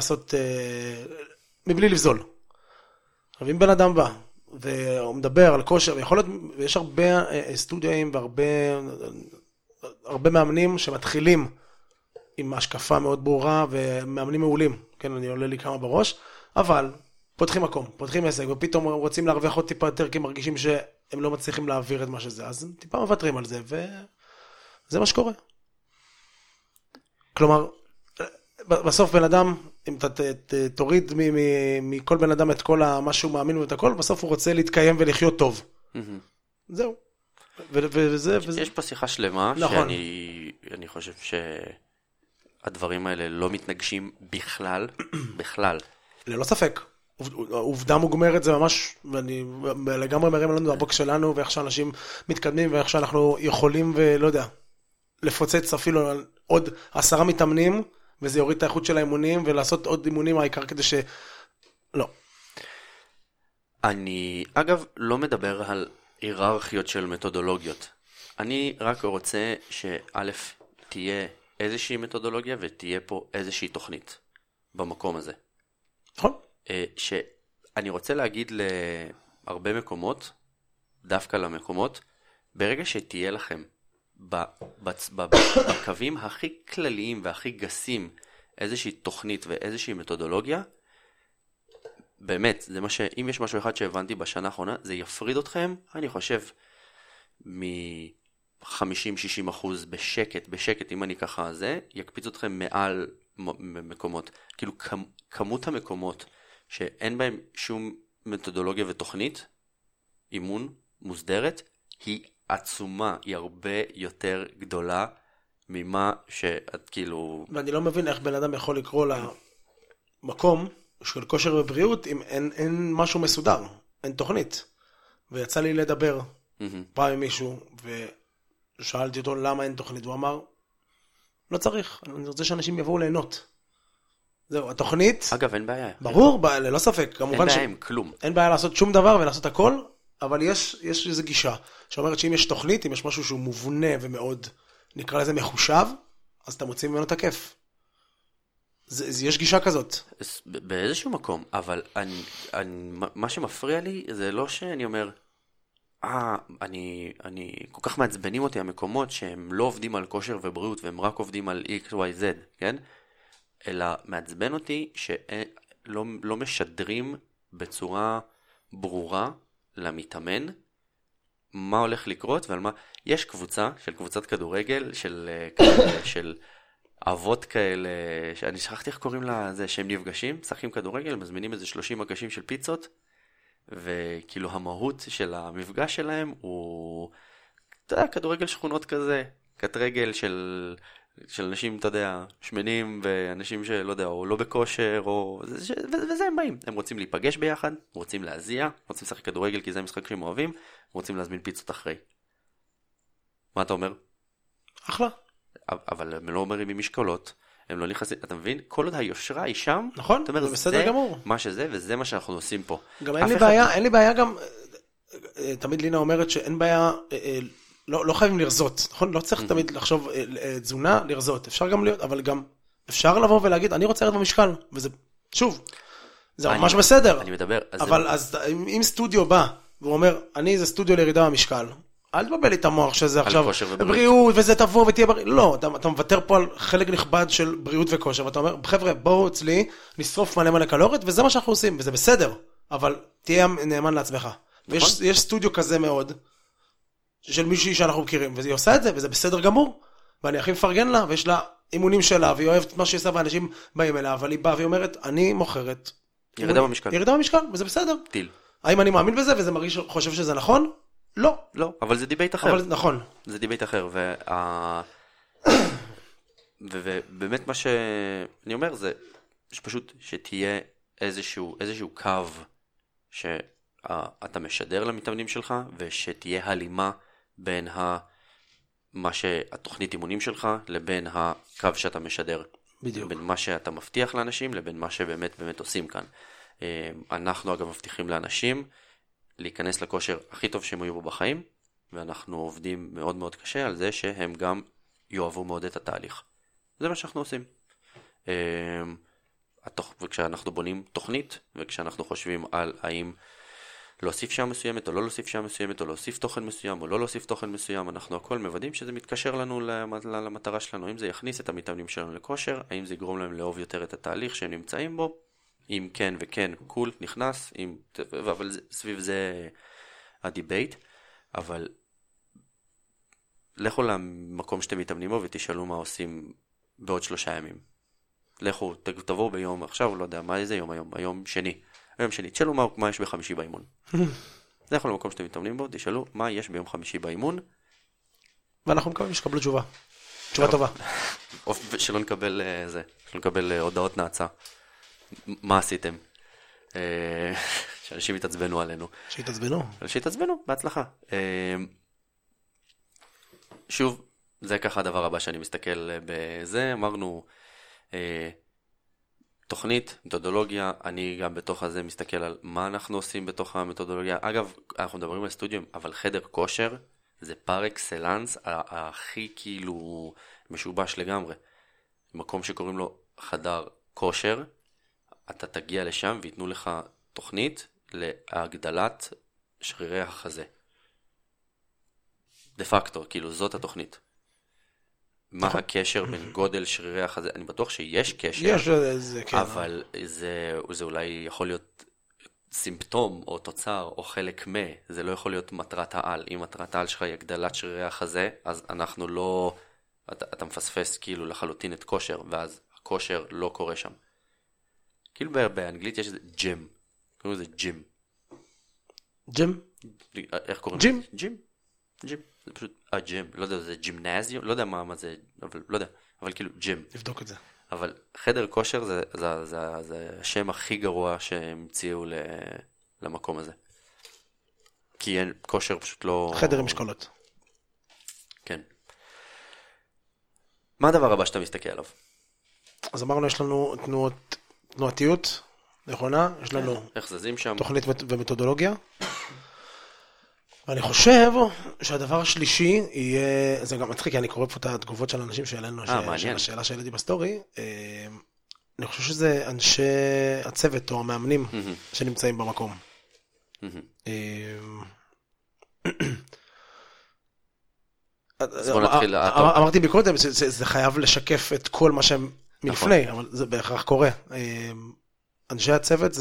לפזול. אבל אם בן אדם בא, והוא מדבר על כושר, ויש הרבה סטודיואים והרבה מאמנים שמתחילים עם השקפה מאוד ברורה ומאמנים מעולים. כן, אני עולה לי כמה בראש, אבל פותחים מקום, פותחים עסק, ופתאום רוצים להרוויח עוד טיפה יותר, כי מרגישים שהם לא מצליחים להעביר את מה שזה, אז הם טיפה מוותרים על זה, וזה מה שקורה. כלומר, בסוף בן אדם אם אתה תוריד מכל בן אדם את כל מה שהוא מאמין ואת הכל, בסוף הוא רוצה להתקיים ולחיות טוב. זהו. יש פה שיחה שלמה, שאני חושב שהדברים האלה לא מתנגשים בכלל. ללא ספק. עובדה מוגמרת זה ממש, ואני לגמרי מרים לנו הבוק שלנו, ואיך שאנשים מתקדמים, ואיך שאנחנו יכולים, ולא יודע, לפוצץ אפילו עוד 10 מתאמנים, וזה יוריד את האיכות של האימונים, ולעשות עוד אימונים העיקר כדי לא. אני, אגב, לא מדבר על היררכיות של מתודולוגיות. אני רק רוצה שא' תהיה איזושהי מתודולוגיה, ותהיה פה איזושהי תוכנית במקום הזה. נכון. שאני רוצה להגיד להרבה מקומות, דווקא למקומות, ברגע שתהיה לכם בקווים הכי כלליים והכי גסים איזושהי תוכנית ואיזושהי מתודולוגיה, באמת, זה מה אם יש משהו אחד שהבנתי בשנה האחרונה, זה יפריד אתכם, אני חושב, מ-50-60% בשקט, אם אני ככה זה, יקפיץ אתכם מעל מקומות. כאילו, כמות המקומות שאין בהם שום מתודולוגיה ותוכנית, אימון מוסדרת, היא עצומה, היא הרבה יותר גדולה ממה שאת כאילו... ואני לא מבין איך בן אדם יכול לקרוא למקום של כושר ובריאות אם אין משהו מסודר, אין תוכנית. ויצא לי לדבר פעם עם מישהו, ושאלתי אותו למה אין תוכנית, הוא אמר, לא צריך, אני רוצה שאנשים יבואו ליהנות. זהו, התוכנית... אגב, אין בעיה. ברור, ללא ספק. כמובן אין בעיה עם כלום. אין בעיה לעשות שום דבר ולעשות הכל, אבל יש איזו גישה, שאומרת שאם יש תוכנית, אם יש משהו שהוא מובנה ומאוד, נקרא לזה מחושב, אז אתה מוציא ממנו את הכיף. יש גישה כזאת. באיזשהו מקום, אבל מה שמפריע לי, זה לא שאני אומר, אני כל כך מעצבנים אותי המקומות שהם לא עובדים על כושר ובריאות, והם רק עובדים על XYZ, כן? אלא מעצבן אותי שלא משדרים בצורה ברורה למתאמן מה הולך לקרות ועל מה. יש קבוצה של קבוצת כדורגל של אבות כאלה, שאני שכחתי איך קוראים לה, זה שהם נפגשים, משחקים כדורגל, מזמינים איזה 30 מגשים של פיצות, וכאילו המהות של המפגש שלהם הוא, אתה יודע, כדורגל שכונות כזה, כדורגל של אנשים, אתה יודע, שמנים, ואנשים שלא יודע, או לא בכושר, וזה הם באים. הם רוצים להיפגש ביחד, רוצים להזיע, רוצים לשחק כדורגל כי זה משחק שהם אוהבים, רוצים להזמין פיצות אחרי. מה אתה אומר? אחלה. אבל הם לא אומרים עם משקולות, הם לא נכנסים, אתה מבין? כל עוד היושרה היא שם, נכון, אתה אומר, זה בסדר גמור. מה שזה, וזה מה שאנחנו עושים פה. גם אין לי בעיה גם, תמיד לינה אומרת שאין בעיה, לא חייבים לרזות, נכון? לא צריך תמיד לחשוב תזונה, לרזות. אפשר גם להיות, אבל גם אפשר לבוא ולהגיד, אני רוצה לרדת במשקל, וזה, שוב, זה ממש בסדר. אני מדבר. אבל אז אם סטודיו בא, והוא אומר, אני זה סטודיו לירידה במשקל, אל תבבל לי את המוח שזה עכשיו בריאות וזה תבוא ותהיה בריא. לא, אתה מוותר פה על חלק נכבד של בריאות וכושר, ואתה אומר, חבר'ה, בואו אצלי, נשרוף מלא קלוריות, וזה מה שאנחנו עושים, וזה בסדר, אבל תהיה נאמן לעצמך. ויש סטודיו כזה מאוד, של מישהי שאנחנו מכירים, והיא עושה את זה, וזה בסדר גמור, ואני הכי מפרגן לה, ויש לה אימונים שלה, והיא אוהבת מה שהיא עושה, ואנשים באים אליה, אבל היא באה והיא אומרת, אני מוכרת ירידה במשקל. ירידה במשקל, וזה בסדר. טיל. האם אני מאמין בזה, וזה מרגיש, חושב שזה נכון? לא. לא, אבל זה דיבייט אחר. אבל נכון. זה דיבייט אחר, ובאמת מה שאני אומר זה, שפשוט שתהיה איזשהו קו שאתה משדר למתאמנים שלך, ושתהיה הלימה בין מה שהתוכנית אימונים שלך, לבין הקו שאתה משדר. בדיוק. בין מה שאתה מבטיח לאנשים, לבין מה שבאמת עושים כאן. אנחנו אגב מבטיחים לאנשים, להיכנס לכושר הכי טוב שהם יהיו בו בחיים, ואנחנו עובדים מאוד מאוד קשה על זה שהם גם יאהבו מאוד את התהליך. זה מה שאנחנו עושים. וכשאנחנו בונים תוכנית, וכשאנחנו חושבים על האם להוסיף שעה מסוימת או לא להוסיף שעה מסוימת, או להוסיף תוכן מסוים או לא להוסיף תוכן מסוים, אנחנו הכל מוודאים שזה מתקשר לנו למטרה שלנו. האם זה יכניס את המתאמנים שלנו לכושר, האם זה יגרום להם לאהוב יותר את התהליך שהם נמצאים בו, אם כן וכן, קול, נכנס, אבל סביב זה הדיבייט, אבל לכו למקום שאתם מתאמנים בו ותשאלו מה עושים בעוד 3 ימים. לכו, תבואו ביום, עכשיו לא יודע, מה איזה יום היום? היום שני. היום שני, תשאלו מה יש בחמישי באימון. לכו למקום שאתם מתאמנים בו, תשאלו מה יש ביום חמישי באימון. ואנחנו מקווים שקבלו תשובה. תשובה טובה. שלא נקבל הודעות נאצה. מה עשיתם? שאנשים יתעצבנו עלינו. שיתעצבנו, בהצלחה. שוב, זה ככה הדבר הבא שאני מסתכל בזה. אמרנו, תוכנית, מתודולוגיה, אני גם בתוך הזה מסתכל על מה אנחנו עושים בתוך המתודולוגיה. אגב, אנחנו מדברים על סטודיו, אבל חדר כושר זה פר אקסלנס, הכי כאילו משובש לגמרי. מקום שקוראים לו חדר כושר, אתה תגיע לשם ויתנו לך תוכנית להגדלת שרירי החזה. דה פקטו, כאילו זאת התוכנית. מה הקשר בין גודל שרירי החזה? אני בטוח שיש קשר, אבל זה אולי יכול להיות סימפטום או תוצר או חלק זה לא יכול להיות מטרת העל. אם מטרת העל שלך היא הגדלת שרירי החזה, אז אנחנו לא, אתה מפספס כאילו לחלוטין את כושר, ואז הכושר לא קורה שם. כאילו באנגלית יש איזה ג'ים, קוראים לזה ג'ים. ג'ים? איך קוראים לזה? ג'ים? ג'ים. זה פשוט ג'ים, לא יודע, זה ג'ימנזיום, לא יודע מה זה, אבל לא יודע, אבל כאילו ג'ים. נבדוק את זה. אבל חדר כושר זה השם הכי גרוע שהמציאו למקום הזה. כי אין, כושר פשוט לא... חדר עם משקולות. כן. מה הדבר הבא שאתה מסתכל עליו? אז אמרנו, יש לנו תנועתיות נכונה, יש לנו איך זזים שם? תוכנית ומתודולוגיה. ואני חושב שהדבר השלישי יהיה, זה גם מצחיק, כי אני קורא פה את התגובות של האנשים שאלינו, השאלה שהעליתי בסטורי, אני חושב שזה אנשי הצוות או המאמנים שנמצאים במקום. אז בוא נתחיל. אמרתי בקודם, זה חייב לשקף את כל מה שהם מלפני, אבל זה בהכרח קורה. אנשי הצוות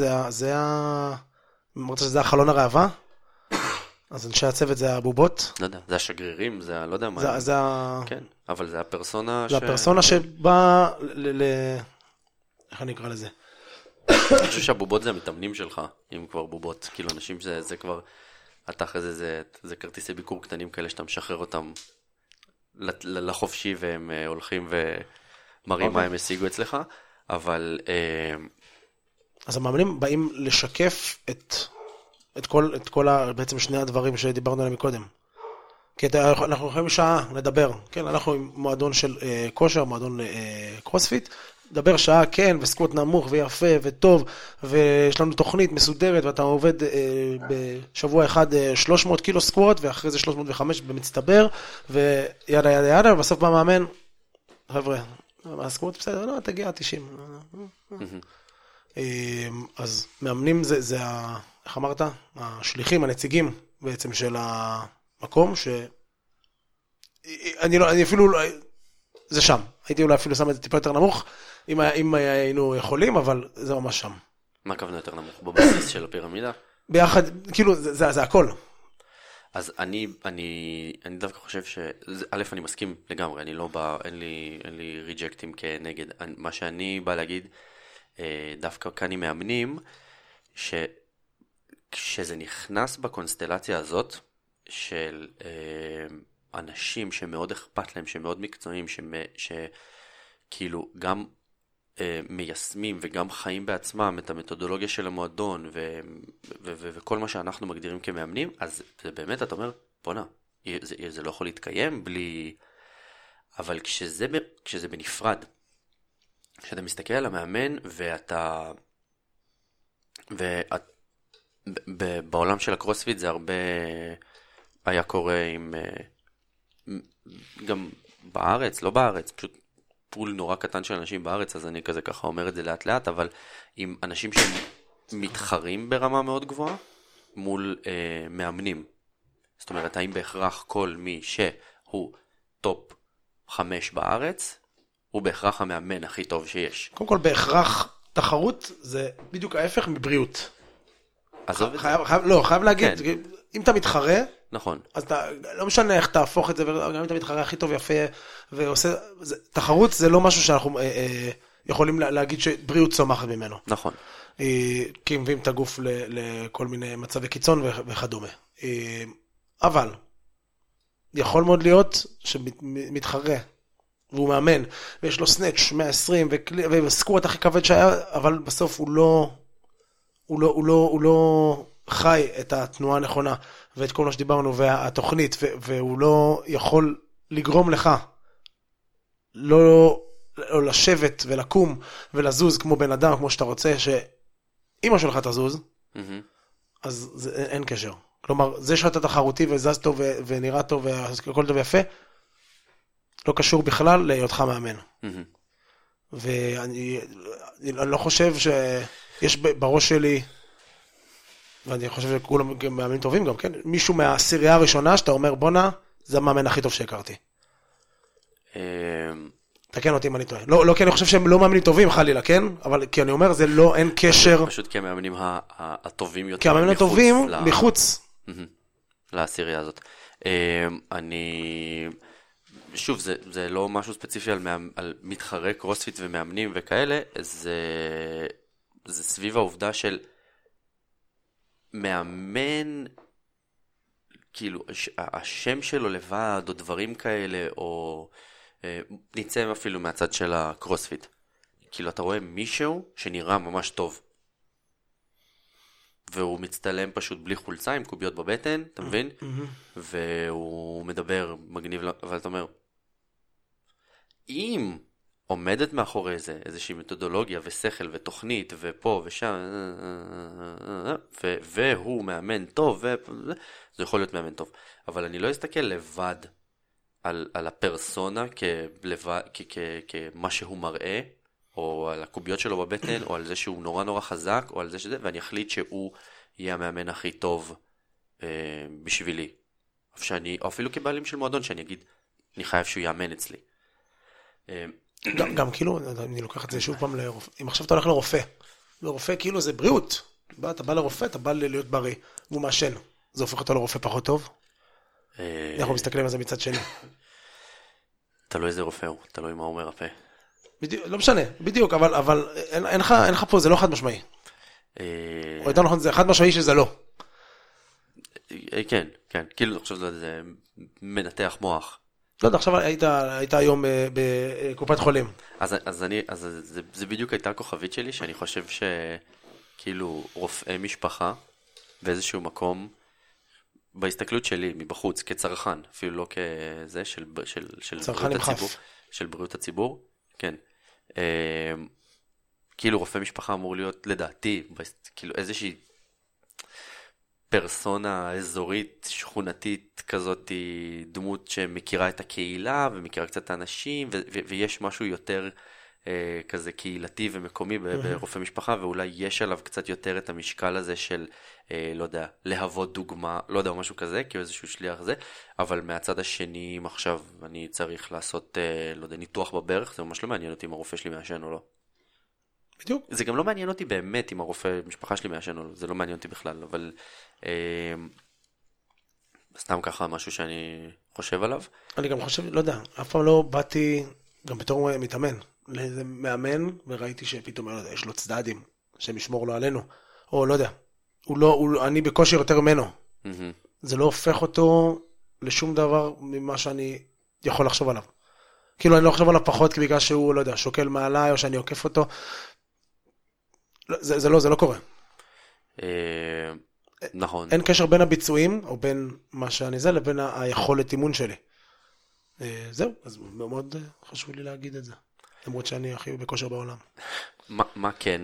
אמרת שזה החלון הראווה? אז אנשי הצוות זה הבובות? לא יודע, זה השגרירים, זה לא יודע מה. כן, אבל זה הפרסונה זה הפרסונה שבאה איך אני אקרא לזה? אני חושב שהבובות זה המתאמנים שלך, אם כבר בובות. כאילו אנשים זה כבר, אתה אחרי זה כרטיסי ביקור קטנים כאלה שאתה משחרר אותם לחופשי, והם הולכים ומראים מה הם השיגו אצלך, אבל... אז המאמנים באים לשקף את כל בעצם שני הדברים שדיברנו עליהם מקודם. כי אנחנו יכולים שעה לדבר, כן, אנחנו עם מועדון של כושר, מועדון קרוספיט, דבר שעה, כן, וסקוט נמוך ויפה וטוב, ויש לנו תוכנית מסודרת, ואתה עובד בשבוע אחד 300 קילו סקוט, ואחרי זה 305 במצטבר, וידה ידה ידה, ובסוף בא מאמן, חבר'ה, הסקוט בסדר, לא, תגיע 90. אז מאמנים זה איך אמרת? השליחים, הנציגים בעצם של המקום, אני אפילו, זה שם. הייתי אולי אפילו שם את זה טיפה יותר נמוך, אם היינו יכולים, אבל זה ממש שם. מה הכוונה יותר נמוך? בבסיס של הפירמידה? ביחד, כאילו, זה הכל. אז אני דווקא חושב א', אני מסכים לגמרי, אני לא בא, אין לי ריג'קטים כנגד. מה שאני בא להגיד, דווקא כאן עם מאמנים, כשזה נכנס בקונסטלציה הזאת של אנשים שמאוד אכפת להם, שמאוד מקצועיים, שכאילו גם מיישמים וגם חיים בעצמם את המתודולוגיה של המועדון וכל מה שאנחנו מגדירים כמאמנים, אז זה באמת, אתה אומר, בונה, זה לא יכול להתקיים בלי... אבל כשזה בנפרד, כשאתה מסתכל על המאמן בעולם של הקרוספיט זה הרבה היה קורה עם גם בארץ, לא בארץ, פשוט פול נורא קטן של אנשים בארץ, אז אני כזה ככה אומר את זה לאט לאט, אבל עם אנשים שמתחרים ברמה מאוד גבוהה מול מאמנים. זאת אומרת, האם בהכרח כל מי שהוא טופ 5 בארץ, הוא בהכרח המאמן הכי טוב שיש? קודם כל, בהכרח תחרות זה בדיוק ההפך מבריאות. חייב להגיד, אם אתה מתחרה, נכון. אז אתה, לא משנה איך תהפוך את זה, וגם אם אתה מתחרה הכי טוב, יפה, ועושה, תחרות זה לא משהו שאנחנו יכולים להגיד שבריאות צומחת ממנו. נכון. כי הם מביאים את הגוף לכל מיני מצבי קיצון וכדומה. אבל, יכול מאוד להיות שמתחרה, והוא מאמן, ויש לו סנאץ' 120, וסקוורט הכי כבד שהיה, אבל בסוף הוא לא חי את התנועה הנכונה, ואת כל מה שדיברנו, והתוכנית, והוא לא יכול לגרום לך, לא לשבת ולקום ולזוז כמו בן אדם, כמו שאתה רוצה, שאמא שלך תזוז, אז אין קשר. כלומר, זה שאתה תחרותי וזז טוב ונראה טוב והכל טוב ויפה, לא קשור בכלל להיותך מאמן. ואני לא חושב שיש בראש שלי, ואני חושב שכולם מאמנים טובים גם, כן? מישהו מהעשירייה הראשונה שאתה אומר, בונה, זה המאמן הכי טוב שהכרתי. תקן אותי אם אני טועה. לא כי אני חושב שהם לא מאמנים טובים חלילה, כן? אבל כי אני אומר, זה לא, אין קשר. פשוט כי המאמנים הטובים יותר. כי המאמנים הטובים מחוץ. לעשירייה הזאת. שוב, זה לא משהו ספציפי על מתחרה קרוספיט ומאמנים וכאלה, זה סביב העובדה של מאמן, כאילו, השם שלו לבד, או דברים כאלה, או נצא אפילו מהצד של הקרוספיט. כאילו, אתה רואה מישהו שנראה ממש טוב. והוא מצטלם פשוט בלי חולצה, עם קוביות בבטן, אתה מבין? והוא מדבר מגניב, אבל אתה אומר, אם עומדת מאחורי זה איזושהי מתודולוגיה ושכל ותוכנית ופה ושם, והוא מאמן טוב, זה יכול להיות מאמן טוב. אבל אני לא אסתכל לבד על הפרסונה כמה שהוא מראה, או על הקוביות שלו בבטן, או על זה שהוא נורא נורא חזק, או על זה שזה, ואני אחליט שהוא יהיה המאמן הכי טוב בשבילי. או אפילו כבעלים של מועדון, שאני אגיד, אני חייב שהוא יאמן אצלי. גם כאילו, אני לוקח את זה שוב פעם לרופא. אם עכשיו אתה הולך לרופא כאילו זה בריאות. אתה בא לרופא, אתה בא להיות בריא, והוא מעשן. זה הופך אותו לרופא פחות טוב? אנחנו מסתכלים על זה מצד שני. תלוי איזה רופא הוא, תלוי מה הוא מרפא. לא משנה, בדיוק, אבל אין לך פה, זה לא חד משמעי. או יותר נכון, זה חד משמעי שזה לא. כן, כאילו אני חושב שזה מנתח מוח. לא יודע, עכשיו היית היום בקופת חולים. אז זה בדיוק הייתה הכוכבית שלי, שאני חושב שכאילו רופאי משפחה, באיזשהו מקום, בהסתכלות שלי, מבחוץ, כצרכן, אפילו לא כזה, של בריאות הציבור, של בריאות הציבור, כן. כאילו רופא משפחה אמור להיות, לדעתי, כאילו איזושהי פרסונה אזורית, שכונתית כזאת, דמות שמכירה את הקהילה ומכירה קצת את האנשים, ויש משהו יותר כזה קהילתי ומקומי ברופא משפחה, ואולי יש עליו קצת יותר את המשקל הזה של, לא יודע, להוות דוגמה, לא יודע, משהו כזה, כאילו איזשהו שליח זה, אבל מהצד השני, אם עכשיו אני צריך לעשות, לא יודע, ניתוח בברך, זה ממש לא מעניין אותי אם הרופא שלי מעשן או לא. בדיוק. זה גם לא מעניין אותי באמת אם הרופא משפחה שלי מעשן או לא, זה לא מעניין אותי בכלל, אבל סתם ככה משהו שאני חושב עליו. אני גם חושב, לא יודע, אף פעם לא באתי, גם בתור מתאמן, לאיזה מאמן, וראיתי שפתאום, לא יודע, יש לו צדדים, שמשמור לו עלינו, או לא יודע, אני בקושי יותר ממנו. זה לא הופך אותו לשום דבר ממה שאני יכול לחשוב עליו. כאילו אני לא חושב עליו פחות, בגלל שהוא, לא יודע, שוקל מעליי, או שאני עוקף אותו. זה לא קורה. נכון. אין קשר בין הביצועים, או בין מה שאני זה, לבין היכולת אימון שלי. זהו, אז מאוד חשוב לי להגיד את זה. למרות שאני הכי בכושר בעולם. מה כן?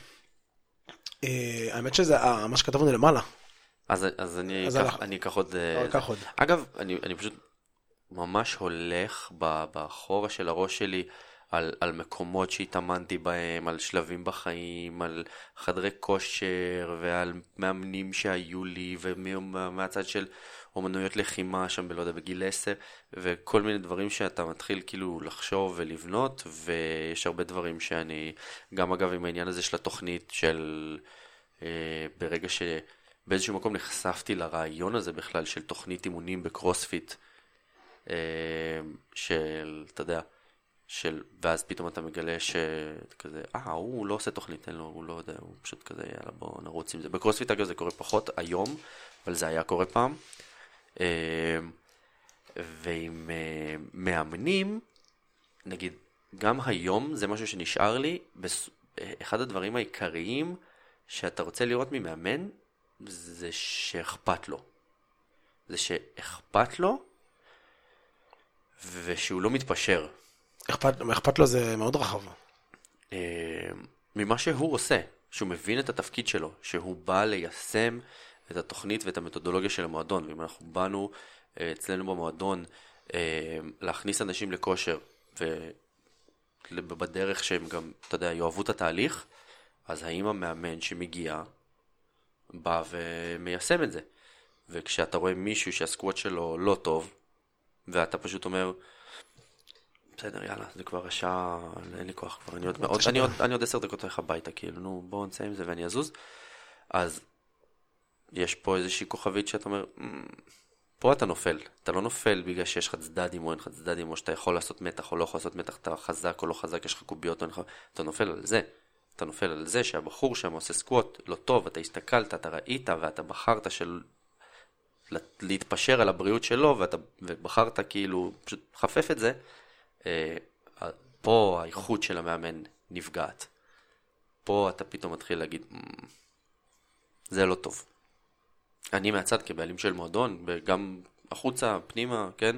האמת שזה מה שכתבנו למעלה. אז אני אקח עוד... אגב, אני פשוט ממש הולך בחורה של הראש שלי על מקומות שהתאמנתי בהם, על שלבים בחיים, על חדרי כושר ועל מאמנים שהיו לי, ומהצד של אומנויות לחימה שם לא יודע, בגיל 10, וכל מיני דברים שאתה מתחיל כאילו לחשוב ולבנות, ויש הרבה דברים שאני, גם אגב עם העניין הזה של התוכנית של ברגע שבאיזשהו מקום נחשפתי לרעיון הזה בכלל של תוכנית אימונים בקרוספיט, של, אתה יודע, ואז פתאום אתה מגלה שכזה, הוא לא עושה תוכנית, הוא לא יודע, הוא פשוט כזה, יאללה, בוא נרוץ עם זה. בקרוספיט אגב זה קורה פחות היום, אבל זה היה קורה פעם. ועם מאמנים, נגיד, גם היום זה משהו שנשאר לי, אחד הדברים העיקריים שאתה רוצה לראות ממאמן, זה שאכפת לו. זה שאכפת לו, ושהוא לא מתפשר. אכפת לו זה מאוד רחב. ממה שהוא עושה, שהוא מבין את התפקיד שלו, שהוא בא ליישם את התוכנית ואת המתודולוגיה של המועדון. ואם אנחנו באנו אצלנו במועדון להכניס אנשים לכושר, ובדרך שהם גם, אתה יודע, יאהבו את התהליך, אז האם המאמן שמגיע בא ומיישם את זה? וכשאתה רואה מישהו שהסקווט שלו לא טוב, ואתה פשוט אומר, בסדר, יאללה, זה כבר השעה, אין לי כוח כבר, אני עוד 10 דקות הולך הביתה, כאילו, נו, בואו נצא עם זה ואני אזוז. אז יש פה איזושהי כוכבית שאתה אומר, פה אתה נופל. אתה לא נופל בגלל שיש לך צדדים או אין לך צדדים, או שאתה יכול לעשות מתח או לא יכול לעשות מתח, אתה חזק או לא חזק, יש לך קוביות, אתה נופל על זה. אתה נופל על זה שהבחור שם עושה סקווט לא טוב, אתה הסתכלת, אתה ראית, ואתה בחרת להתפשר על הבריאות שלו, ובחרת כאילו פשוט חפף את זה, פה האיכות של המאמן נפגעת. פה אתה פתאום מתחיל להגיד, זה לא טוב. אני מהצד כבעלים של מועדון, גם החוצה, פנימה, כן?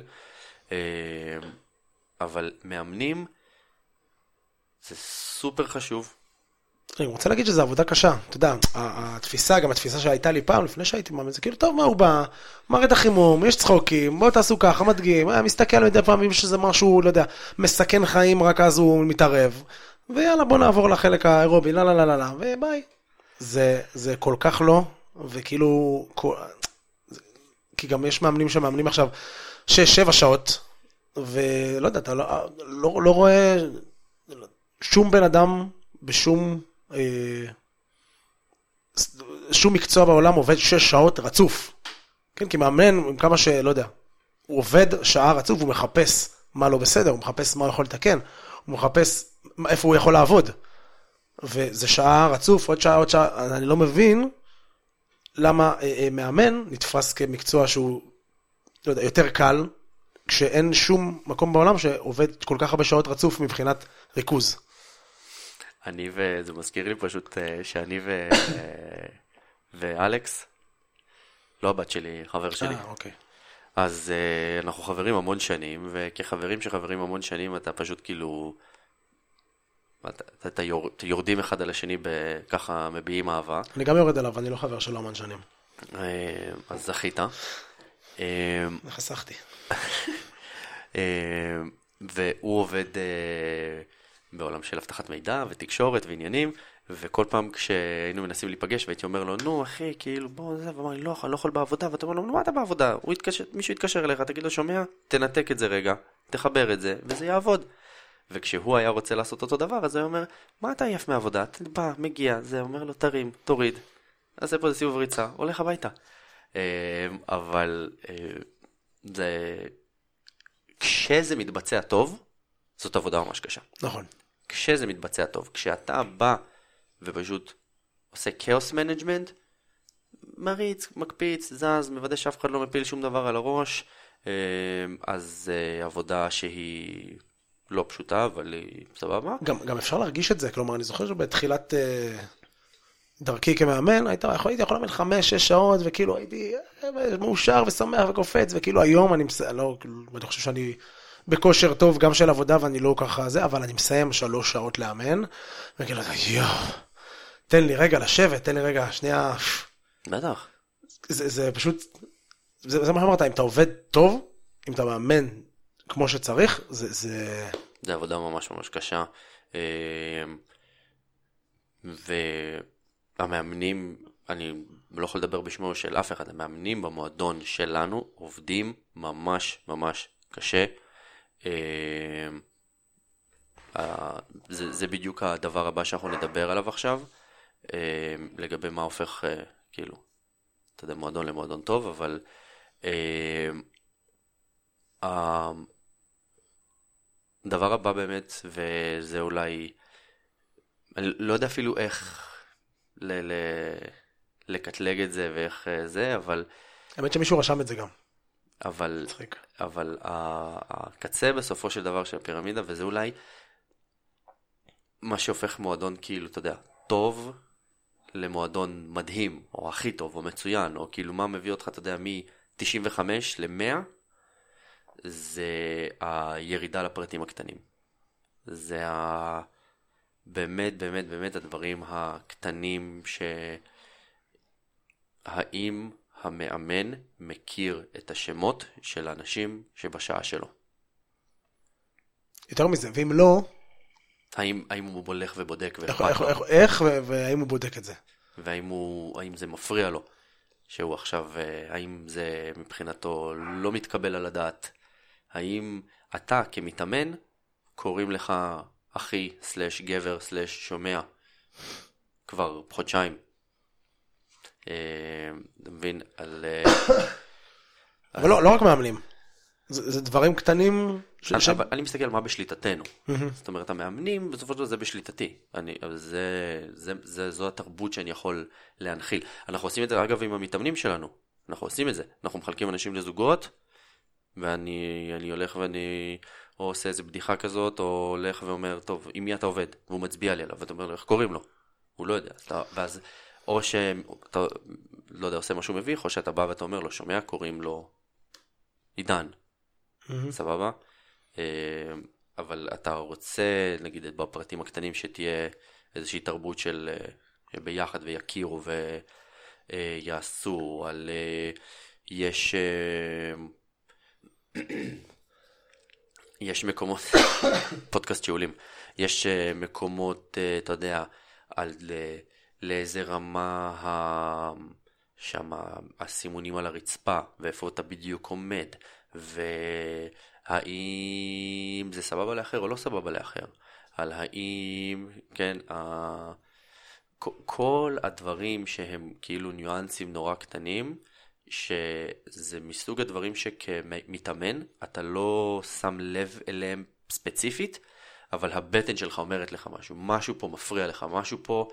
אבל מאמנים, זה סופר חשוב. אני רוצה להגיד שזו עבודה קשה. אתה יודע, התפיסה, גם התפיסה שהייתה לי פעם, לפני שהייתי מאמן, זה כאילו, טוב, מה הוא בא? מרד החימום, יש צחוקים, בואו תעשו ככה, מדגים, מסתכל מדי פעמים שזה משהו, לא יודע, מסכן חיים, רק אז הוא מתערב. ויאללה, בוא נעבור לחלק האירובי, לא, לא, לא, לא, וביי. זה כל כך לא, וכאילו, כי גם יש מאמנים שמאמנים עכשיו 6-7 שעות, ולא יודע, אתה לא רואה שום בן אדם בשום שום מקצוע בעולם עובד 6 שעות רצוף. כן, כי מאמן, עם כמה שלא יודע, הוא עובד שעה רצוף, הוא מחפש מה לא בסדר, הוא מחפש מה הוא יכול לתקן, הוא מחפש איפה הוא יכול לעבוד. וזה שעה רצוף, עוד שעה, עוד שעה, אני לא מבין למה מאמן נתפס כמקצוע שהוא, לא יודע, יותר קל, כשאין שום מקום בעולם שעובד כל כך הרבה שעות רצוף מבחינת ריכוז. זה מזכיר לי פשוט שאני ואלכס, לא הבת שלי, חבר שלי. אוקיי. אז אנחנו חברים המון שנים, וכחברים שחברים המון שנים, אתה פשוט כאילו, אתה יורדים אחד על השני, ככה מביעים אהבה. אני גם יורד עליו, אני לא חבר שלו המון שנים. אז זכית. חסכתי. והוא עובד בעולם של הבטחת מידע ותקשורת ועניינים, וכל פעם כשהיינו מנסים להיפגש והייתי אומר לו, נו אחי, כאילו בוא זה, ואמר לי, לא, אני לא יכול בעבודה, ואתה אומר לו, מה אתה בעבודה? מישהו יתקשר אליך, תגיד לו, שומע, תנתק את זה רגע, תחבר את זה, וזה יעבוד. וכשהוא היה רוצה לעשות אותו דבר, אז הוא אומר, מה אתה עייף מעבודה? אתה בא, מגיע, זה אומר לו, תרים, תוריד, אז זה פה זה סיבוב ריצה, הולך הביתה. אבל כשזה מתבצע טוב, זאת עבודה ממש קשה. נכון. כשזה מתבצע טוב, כשאתה בא ופשוט עושה כאוס מנג'מנט, מריץ, מקפיץ, זז, מוודא שאף אחד לא מפיל שום דבר על הראש, אז עבודה שהיא לא פשוטה, אבל היא סבבה. גם אפשר להרגיש את זה, כלומר, אני זוכר שבתחילת דרכי כמאמן, הייתי יכול לאמן 5-6 שעות, וכאילו הייתי מאושר ושמח וקופץ, וכאילו היום אני חושב שאני בכושר טוב גם של עבודה, ואני לא ככה זה, אבל אני מסיים 3 שעות לאמן, וכאילו, תן לי רגע לשבת, תן לי רגע, שנייה. בטח. זה פשוט, זה מה שאמרת, אם אתה עובד טוב, אם אתה מאמן כמו שצריך, זה עבודה ממש ממש קשה. והמאמנים, אני לא יכול לדבר בשמו של אף אחד, המאמנים במועדון שלנו עובדים ממש ממש קשה. זה בדיוק הדבר הבא שאנחנו נדבר עליו עכשיו, לגבי מה הופך, כאילו, אתה יודע, מועדון למועדון טוב, אבל הדבר הבא באמת, וזה אולי, אני לא יודע אפילו איך לקטלג את זה ואיך זה, אבל... האמת שמישהו רשם את זה גם. אבל הקצה בסופו של דבר של הפירמידה, וזה אולי מה שהופך מועדון כאילו, אתה יודע, טוב למועדון מדהים, או הכי טוב, או מצוין, או כאילו מה מביא אותך, אתה יודע, מ-95 ל-100, זה הירידה לפרטים הקטנים. זה באמת, באמת, באמת הדברים הקטנים האם המאמן מכיר את השמות של האנשים שבשעה שלו. יותר מזה, ואם לא... האם הוא הולך ובודק איך והאם הוא בודק את זה. והאם זה מפריע לו. שהוא עכשיו, האם זה מבחינתו לא מתקבל על הדעת. האם אתה כמתאמן קוראים לך אחי סלש גבר סלש שומע כבר חודשיים. מבין על... אבל לא רק מאמנים. זה דברים קטנים... אני מסתכל על מה בשליטתנו. זאת אומרת, המאמנים, בסופו של דבר זה בשליטתי. זו התרבות שאני יכול להנחיל. אנחנו עושים את זה, אגב, עם המתאמנים שלנו. אנחנו עושים את זה. אנחנו מחלקים אנשים לזוגות, ואני הולך ואני עושה איזו בדיחה כזאת, או הולך ואומר, טוב, עם מי אתה עובד? והוא מצביע לי עליו, ואתה אומר לו, איך קוראים לו? הוא לא יודע. ואז, או שאתה, לא יודע, עושה משהו מביך, או שאתה בא ואתה אומר לו, שומע, קוראים לו עידן. סבבה? אבל אתה רוצה, נגיד, בפרטים הקטנים שתהיה איזושהי תרבות של ביחד ויכירו ויעשו על... יש מקומות, פודקאסט שעולים, יש מקומות, אתה יודע, על לאיזה רמה שם הסימונים על הרצפה, ואיפה אתה בדיוק עומד, והאם זה סבבה לאחר או לא סבבה לאחר, על האם, כן, כל הדברים שהם כאילו ניואנסים נורא קטנים, שזה מסוג הדברים שכמתאמן אתה לא שם לב אליהם ספציפית, אבל הבטן שלך אומרת לך משהו פה מפריע לך, משהו פה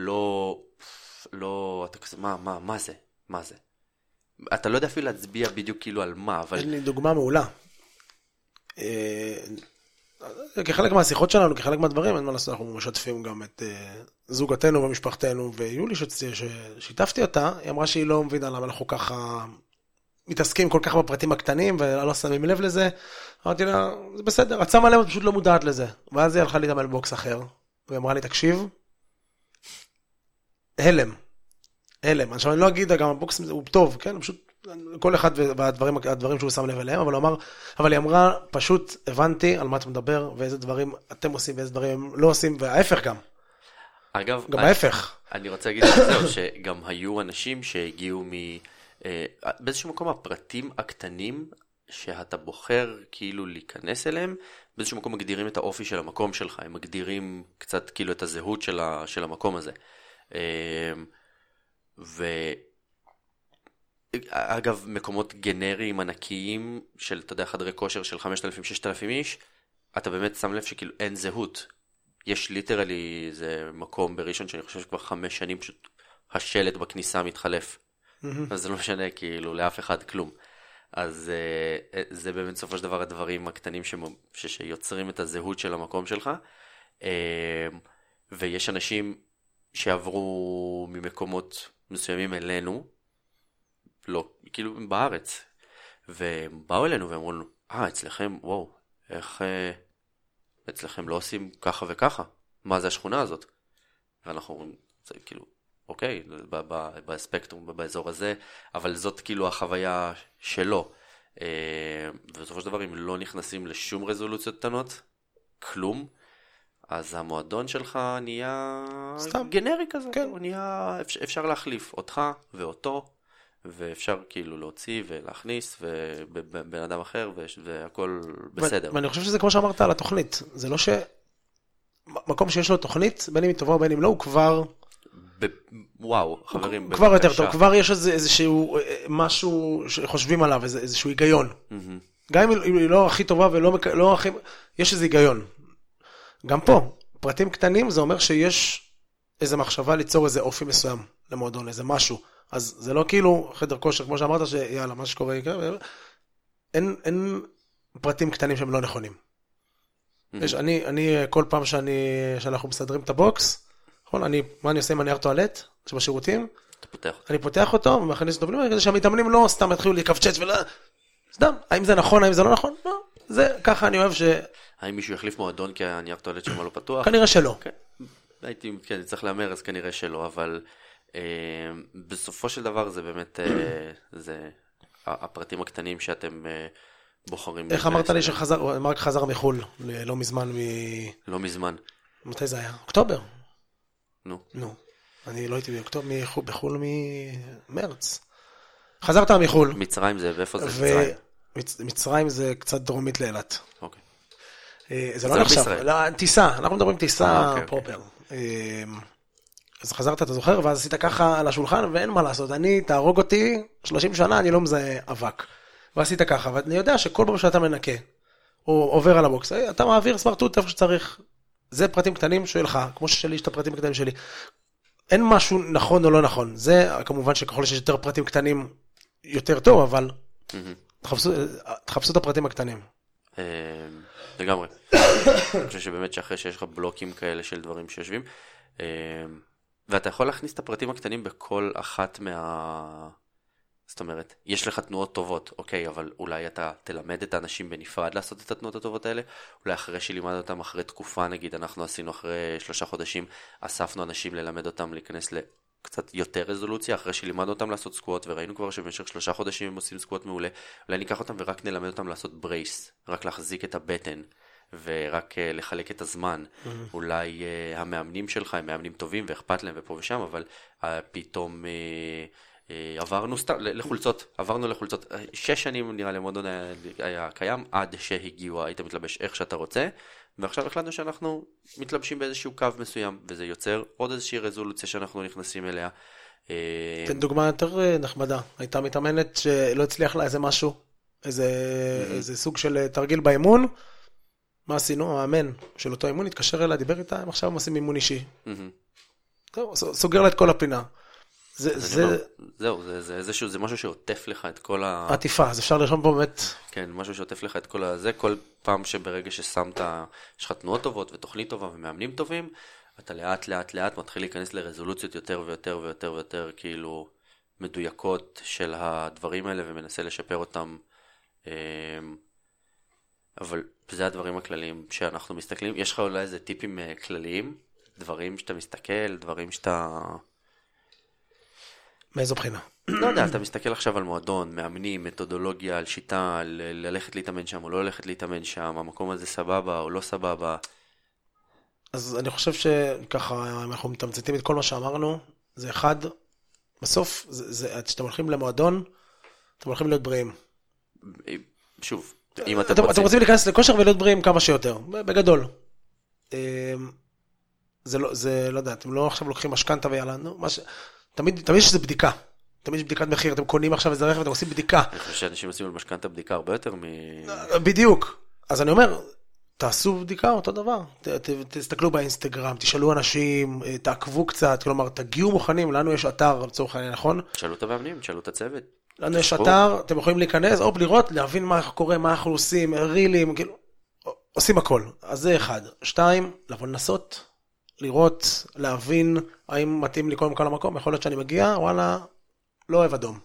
לא, אתה כזה, מה זה? אתה לא יודע אפילו להצביע בדיוק כאילו על מה, אבל... אין לי דוגמה מעולה. כחלק מהשיחות שלנו, כחלק מהדברים, אין מה לעשות, אנחנו משתפים גם את זוגתנו ומשפחתנו, ויולי ששיתפתי אותה, היא אמרה שהיא לא מבינה למה אנחנו ככה מתעסקים כל כך בפרטים הקטנים, ולא שמים לב לזה. אמרתי לה, זה בסדר, את שמה לב, את פשוט לא מודעת לזה. ואז היא הלכה להתאמן בוקס אחר, והיא אמרה לי, תקשיב, הלם. עכשיו אני לא אגיד, גם הבוקס הוא טוב, כן? פשוט כל אחד והדברים שהוא שם לב אליהם, אבל היא אמרה, פשוט הבנתי על מה אתה מדבר, ואיזה דברים אתם עושים, ואיזה דברים לא עושים, וההפך גם. אגב, גם ההפך. אני רוצה להגיד את זה, שגם היו אנשים שהגיעו באיזשהו מקום הפרטים הקטנים, שאתה בוחר כאילו להיכנס אליהם, באיזשהו מקום מגדירים את האופי של המקום שלך, הם מגדירים קצת כאילו את הזהות של המקום הזה. אגב, מקומות גנריים ענקיים של, אתה יודע, חדרי כושר של 5,000-6,000 איש, אתה באמת שם לב שכאילו אין זהות. יש ליטרלי איזה מקום בראשון שאני חושב שכבר 5 שנים פשוט השלט בכניסה מתחלף. אז זה לא משנה כאילו לאף אחד כלום. אז זה באמת סופו של דבר הדברים הקטנים שיוצרים את הזהות של המקום שלך. ויש אנשים שעברו ממקומות מסוימים אלינו, לא, כאילו בארץ, והם באו אלינו ואמרו לנו, אצלכם, וואו, איך אצלכם לא עושים ככה וככה? מה זה השכונה הזאת? ואנחנו אומרים, זה כאילו, אוקיי, בספקטרום, באזור הזה, אבל זאת כאילו החוויה שלו. ובסופו של דבר, אם לא נכנסים לשום רזולוציות קטנות, כלום, אז המועדון שלך נהיה סתם גנרי כזה, כן. הוא נהיה, אפשר להחליף אותך ואותו, ואפשר כאילו להוציא ולהכניס ובן אדם אחר, והכל בסדר. ואני חושב שזה כמו שאמרת על התוכנית, זה לא מקום שיש לו תוכנית, בין אם היא טובה או בין אם לא, הוא כבר... וואו, חברים, כבר יותר טוב, כבר יש איזשהו משהו שחושבים עליו, איזשהו היגיון. גם אם היא לא הכי טובה ולא הכי, יש איזה היגיון. גם פה, פרטים קטנים זה אומר שיש איזה מחשבה ליצור איזה אופי מסוים למועדון, איזה משהו. אז זה לא כאילו חדר כושר, כמו שאמרת, שיאללה, מה שקורה יקרה, אין פרטים קטנים שהם לא נכונים. אני כל פעם שאנחנו מסדרים את הבוקס, מה אני עושה עם הנייר טואלט שבשירותים? אני פותח אותו ומכניס אותו פנימה, כדי שהמתאמנים לא סתם יתחילו לקפצ'ץ ולא... סתם, האם זה נכון, האם זה לא נכון? לא, זה ככה אני אוהב ש... האם מישהו יחליף מועדון כי הנייר טואלט שם לא פתוח? כנראה שלא. כן, צריך לאמר, אז כנראה שלא, אבל בסופו של דבר זה באמת, זה הפרטים הקטנים שאתם בוחרים. איך אמרת לי שמרק חזר מחול, לא מזמן לא מזמן. מתי זה היה? אוקטובר. נו. אני לא הייתי באוקטובר, בחול ממרץ. חזרת מחול. מצרים זה, ואיפה זה מצרים? מצרים זה קצת דרומית לאילת. אוקיי. זה לא נחשב, טיסה, אנחנו מדברים טיסה פרופר. אז חזרת, אתה זוכר, ואז עשית ככה על השולחן, ואין מה לעשות, תהרוג אותי, 30 שנה, אני לא מזהה אבק. ועשית ככה, ואני יודע שכל פעם שאתה מנקה, או עובר על הבוקס, אתה מעביר סמרטוט איפה שצריך. זה פרטים קטנים שלך, כמו שלי יש את הפרטים הקטנים שלי. אין משהו נכון או לא נכון. זה כמובן שככל שיש יותר פרטים קטנים, יותר טוב, אבל תחפשו את הפרטים הקטנים. לגמרי. אני חושב שבאמת שאחרי שיש לך בלוקים כאלה של דברים שיושבים, ואתה יכול להכניס את הפרטים הקטנים בכל אחת זאת אומרת, יש לך תנועות טובות, אוקיי, אבל אולי אתה תלמד את האנשים בנפרד לעשות את התנועות הטובות האלה, אולי אחרי שלימד אותם אחרי תקופה, נגיד, אנחנו עשינו אחרי 3 חודשים, אספנו אנשים ללמד אותם להיכנס לקצת יותר רזולוציה, אחרי שלימד אותם לעשות סקווט, וראינו כבר שבמשך 3 חודשים הם עושים סקווט מעולה, אולי ניקח אותם ורק נלמד אותם לעשות ברייס, רק להחזיק את הבטן, ורק לחלק את הזמן. אולי המאמנים שלך הם מאמנים טובים ואכפת להם ופה ושם, אבל פתאום עברנו לחולצות. 6 שנים נראה לי המועדון היה קיים, עד שהגיעו, היית מתלבש איך שאתה רוצה, ועכשיו החלטנו שאנחנו מתלבשים באיזשהו קו מסוים, וזה יוצר עוד איזושהי רזולוציה שאנחנו נכנסים אליה. תן דוגמה יותר נחמדה, הייתה מתאמנת שלא הצליח לה איזה משהו, איזה סוג של תרגיל באימון, מה עשינו? המאמן של אותו אימון התקשר אליה, דיבר איתה, הם עכשיו עושים אימון אישי. סוגר לה את כל הפינה. זהו, זה משהו שעוטף לך את כל עטיפה, אז אפשר לרשום פה באמת. כן, משהו שעוטף לך את כל הזה, כל פעם שברגע ששמת, יש לך תנועות טובות ותוכנית טובה ומאמנים טובים, אתה לאט מתחיל להיכנס לרזולוציות יותר ויותר ויותר ויותר כאילו מדויקות של הדברים האלה ומנסה לשפר אותם. אבל זה הדברים הכלליים שאנחנו מסתכלים. יש לך אולי איזה טיפים כלליים? דברים שאתה מסתכל, דברים שאתה... מאיזו בחינה? לא יודע, אתה מסתכל עכשיו על מועדון, מאמנים, מתודולוגיה, על שיטה, ללכת להתאמן שם או לא ללכת להתאמן שם, המקום הזה סבבה או לא סבבה. אז אני חושב שככה, אם אנחנו מתמצתים את כל מה שאמרנו, זה אחד, בסוף, כשאתם הולכים למועדון, אתם הולכים להיות בריאים. שוב, אתם רוצים להיכנס לכושר ולהיות בריאים כמה שיותר, בגדול. זה לא יודע, אתם לא עכשיו לוקחים משכנתה ויאללה, תמיד יש איזו בדיקה, תמיד יש בדיקת מחיר, אתם קונים עכשיו איזה רכב, אתם עושים בדיקה. אני חושב שאנשים עושים על משכנתה בדיקה הרבה יותר בדיוק. אז אני אומר, תעשו בדיקה אותו דבר, תסתכלו באינסטגרם, תשאלו אנשים, תעקבו קצת, כלומר, תגיעו מוכנים, לנו יש אתר, לצורך העניין, נכון? תשאלו את המאמנים, תשאלו את הצוות. לנו יש אתר, אתם יכולים להיכנס, או לראות, להבין מה קורה, מה אנחנו עושים, רילים, כאילו, עושים הכל. אז זה 1. 2, לבוא לנסות, לראות, להבין, האם מתאים לי קודם כל למקום, יכול להיות שאני מגיע, וואלה, לא אוהב אדום.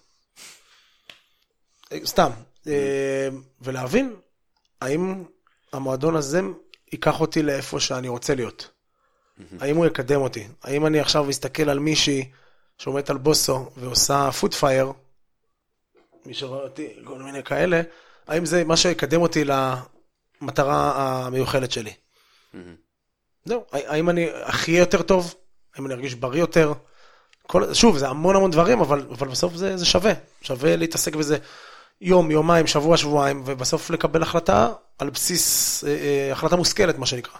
סתם. ולהבין, האם המועדון הזה ייקח אותי לאיפה שאני רוצה להיות. האם הוא יקדם אותי. האם אני עכשיו מסתכל על מישהי שעומדת על בוסו ועושה פוט פייר, מי שרואה אותי, כל מיני כאלה, האם זה מה שיקדם אותי למטרה המיוחלת שלי. זהו, האם אני הכי יותר טוב, האם אני ארגיש בריא יותר, שוב, זה המון דברים, אבל בסוף זה שווה להתעסק בזה יום, יומיים, שבוע, שבועיים, ובסוף לקבל החלטה על בסיס, החלטה מושכלת, מה שנקרא.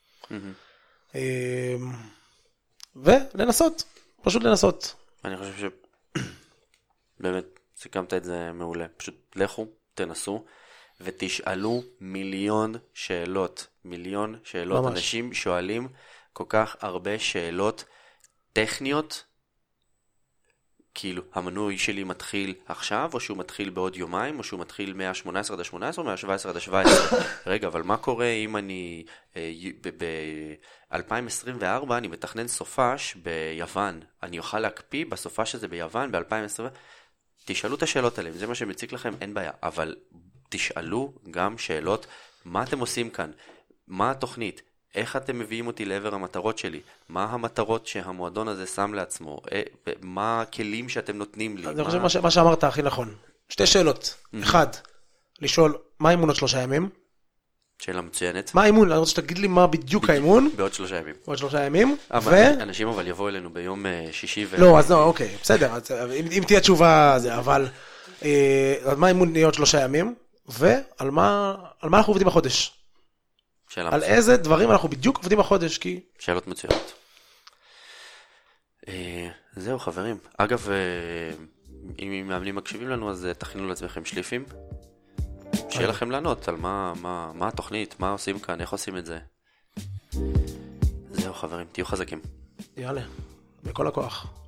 ולנסות, פשוט לנסות. אני חושב שבאמת סיכמת את זה מעולה, פשוט לכו, תנסו, ותשאלו מיליון שאלות. ממש. אנשים שואלים כל כך הרבה שאלות טכניות, כאילו, המנוי שלי מתחיל עכשיו, או שהוא מתחיל בעוד יומיים, או שהוא מתחיל מה-18 עד ה-18, או מה-17 עד ה-17. רגע, אבל מה קורה אם אני, ב-2024 אני מתכנן סופש ביוון, אני אוכל להקפיא בסופש הזה ביוון, ב-2020, תשאלו את השאלות עליהם, זה מה שמציק לכם, אין בעיה, אבל תשאלו גם שאלות, מה אתם עושים כאן? מה התוכנית? איך אתם מביאים אותי לעבר המטרות שלי? מה המטרות שהמועדון הזה שם לעצמו? מה הכלים שאתם נותנים לי? אני חושב מה שאמרת הכי נכון. שתי שאלות. אחד, לשאול מה האימון עוד 3 ימים? שאלה מצוינת. מה האימון? אני רוצה שתגיד לי מה בדיוק האימון. בעוד 3 ימים. בעוד 3 ימים. אנשים אבל יבואו אלינו ביום שישי. לא, אז לא, אוקיי, בסדר. אם תהיה תשובה זה, אבל מה האימון יהיה עוד 3 ימים? ועל מה אנחנו עובדים בחודש? על איזה דברים אנחנו בדיוק עובדים בחודש, כי... שאלות מצוינות. זהו חברים. אגב, אם מאמנים מקשיבים לנו, אז תכינו לעצמכם שליפים. שיהיה לכם לענות על מה התוכנית, מה עושים כאן, איך עושים את זה. זהו חברים, תהיו חזקים. יאללה, בכל הכוח.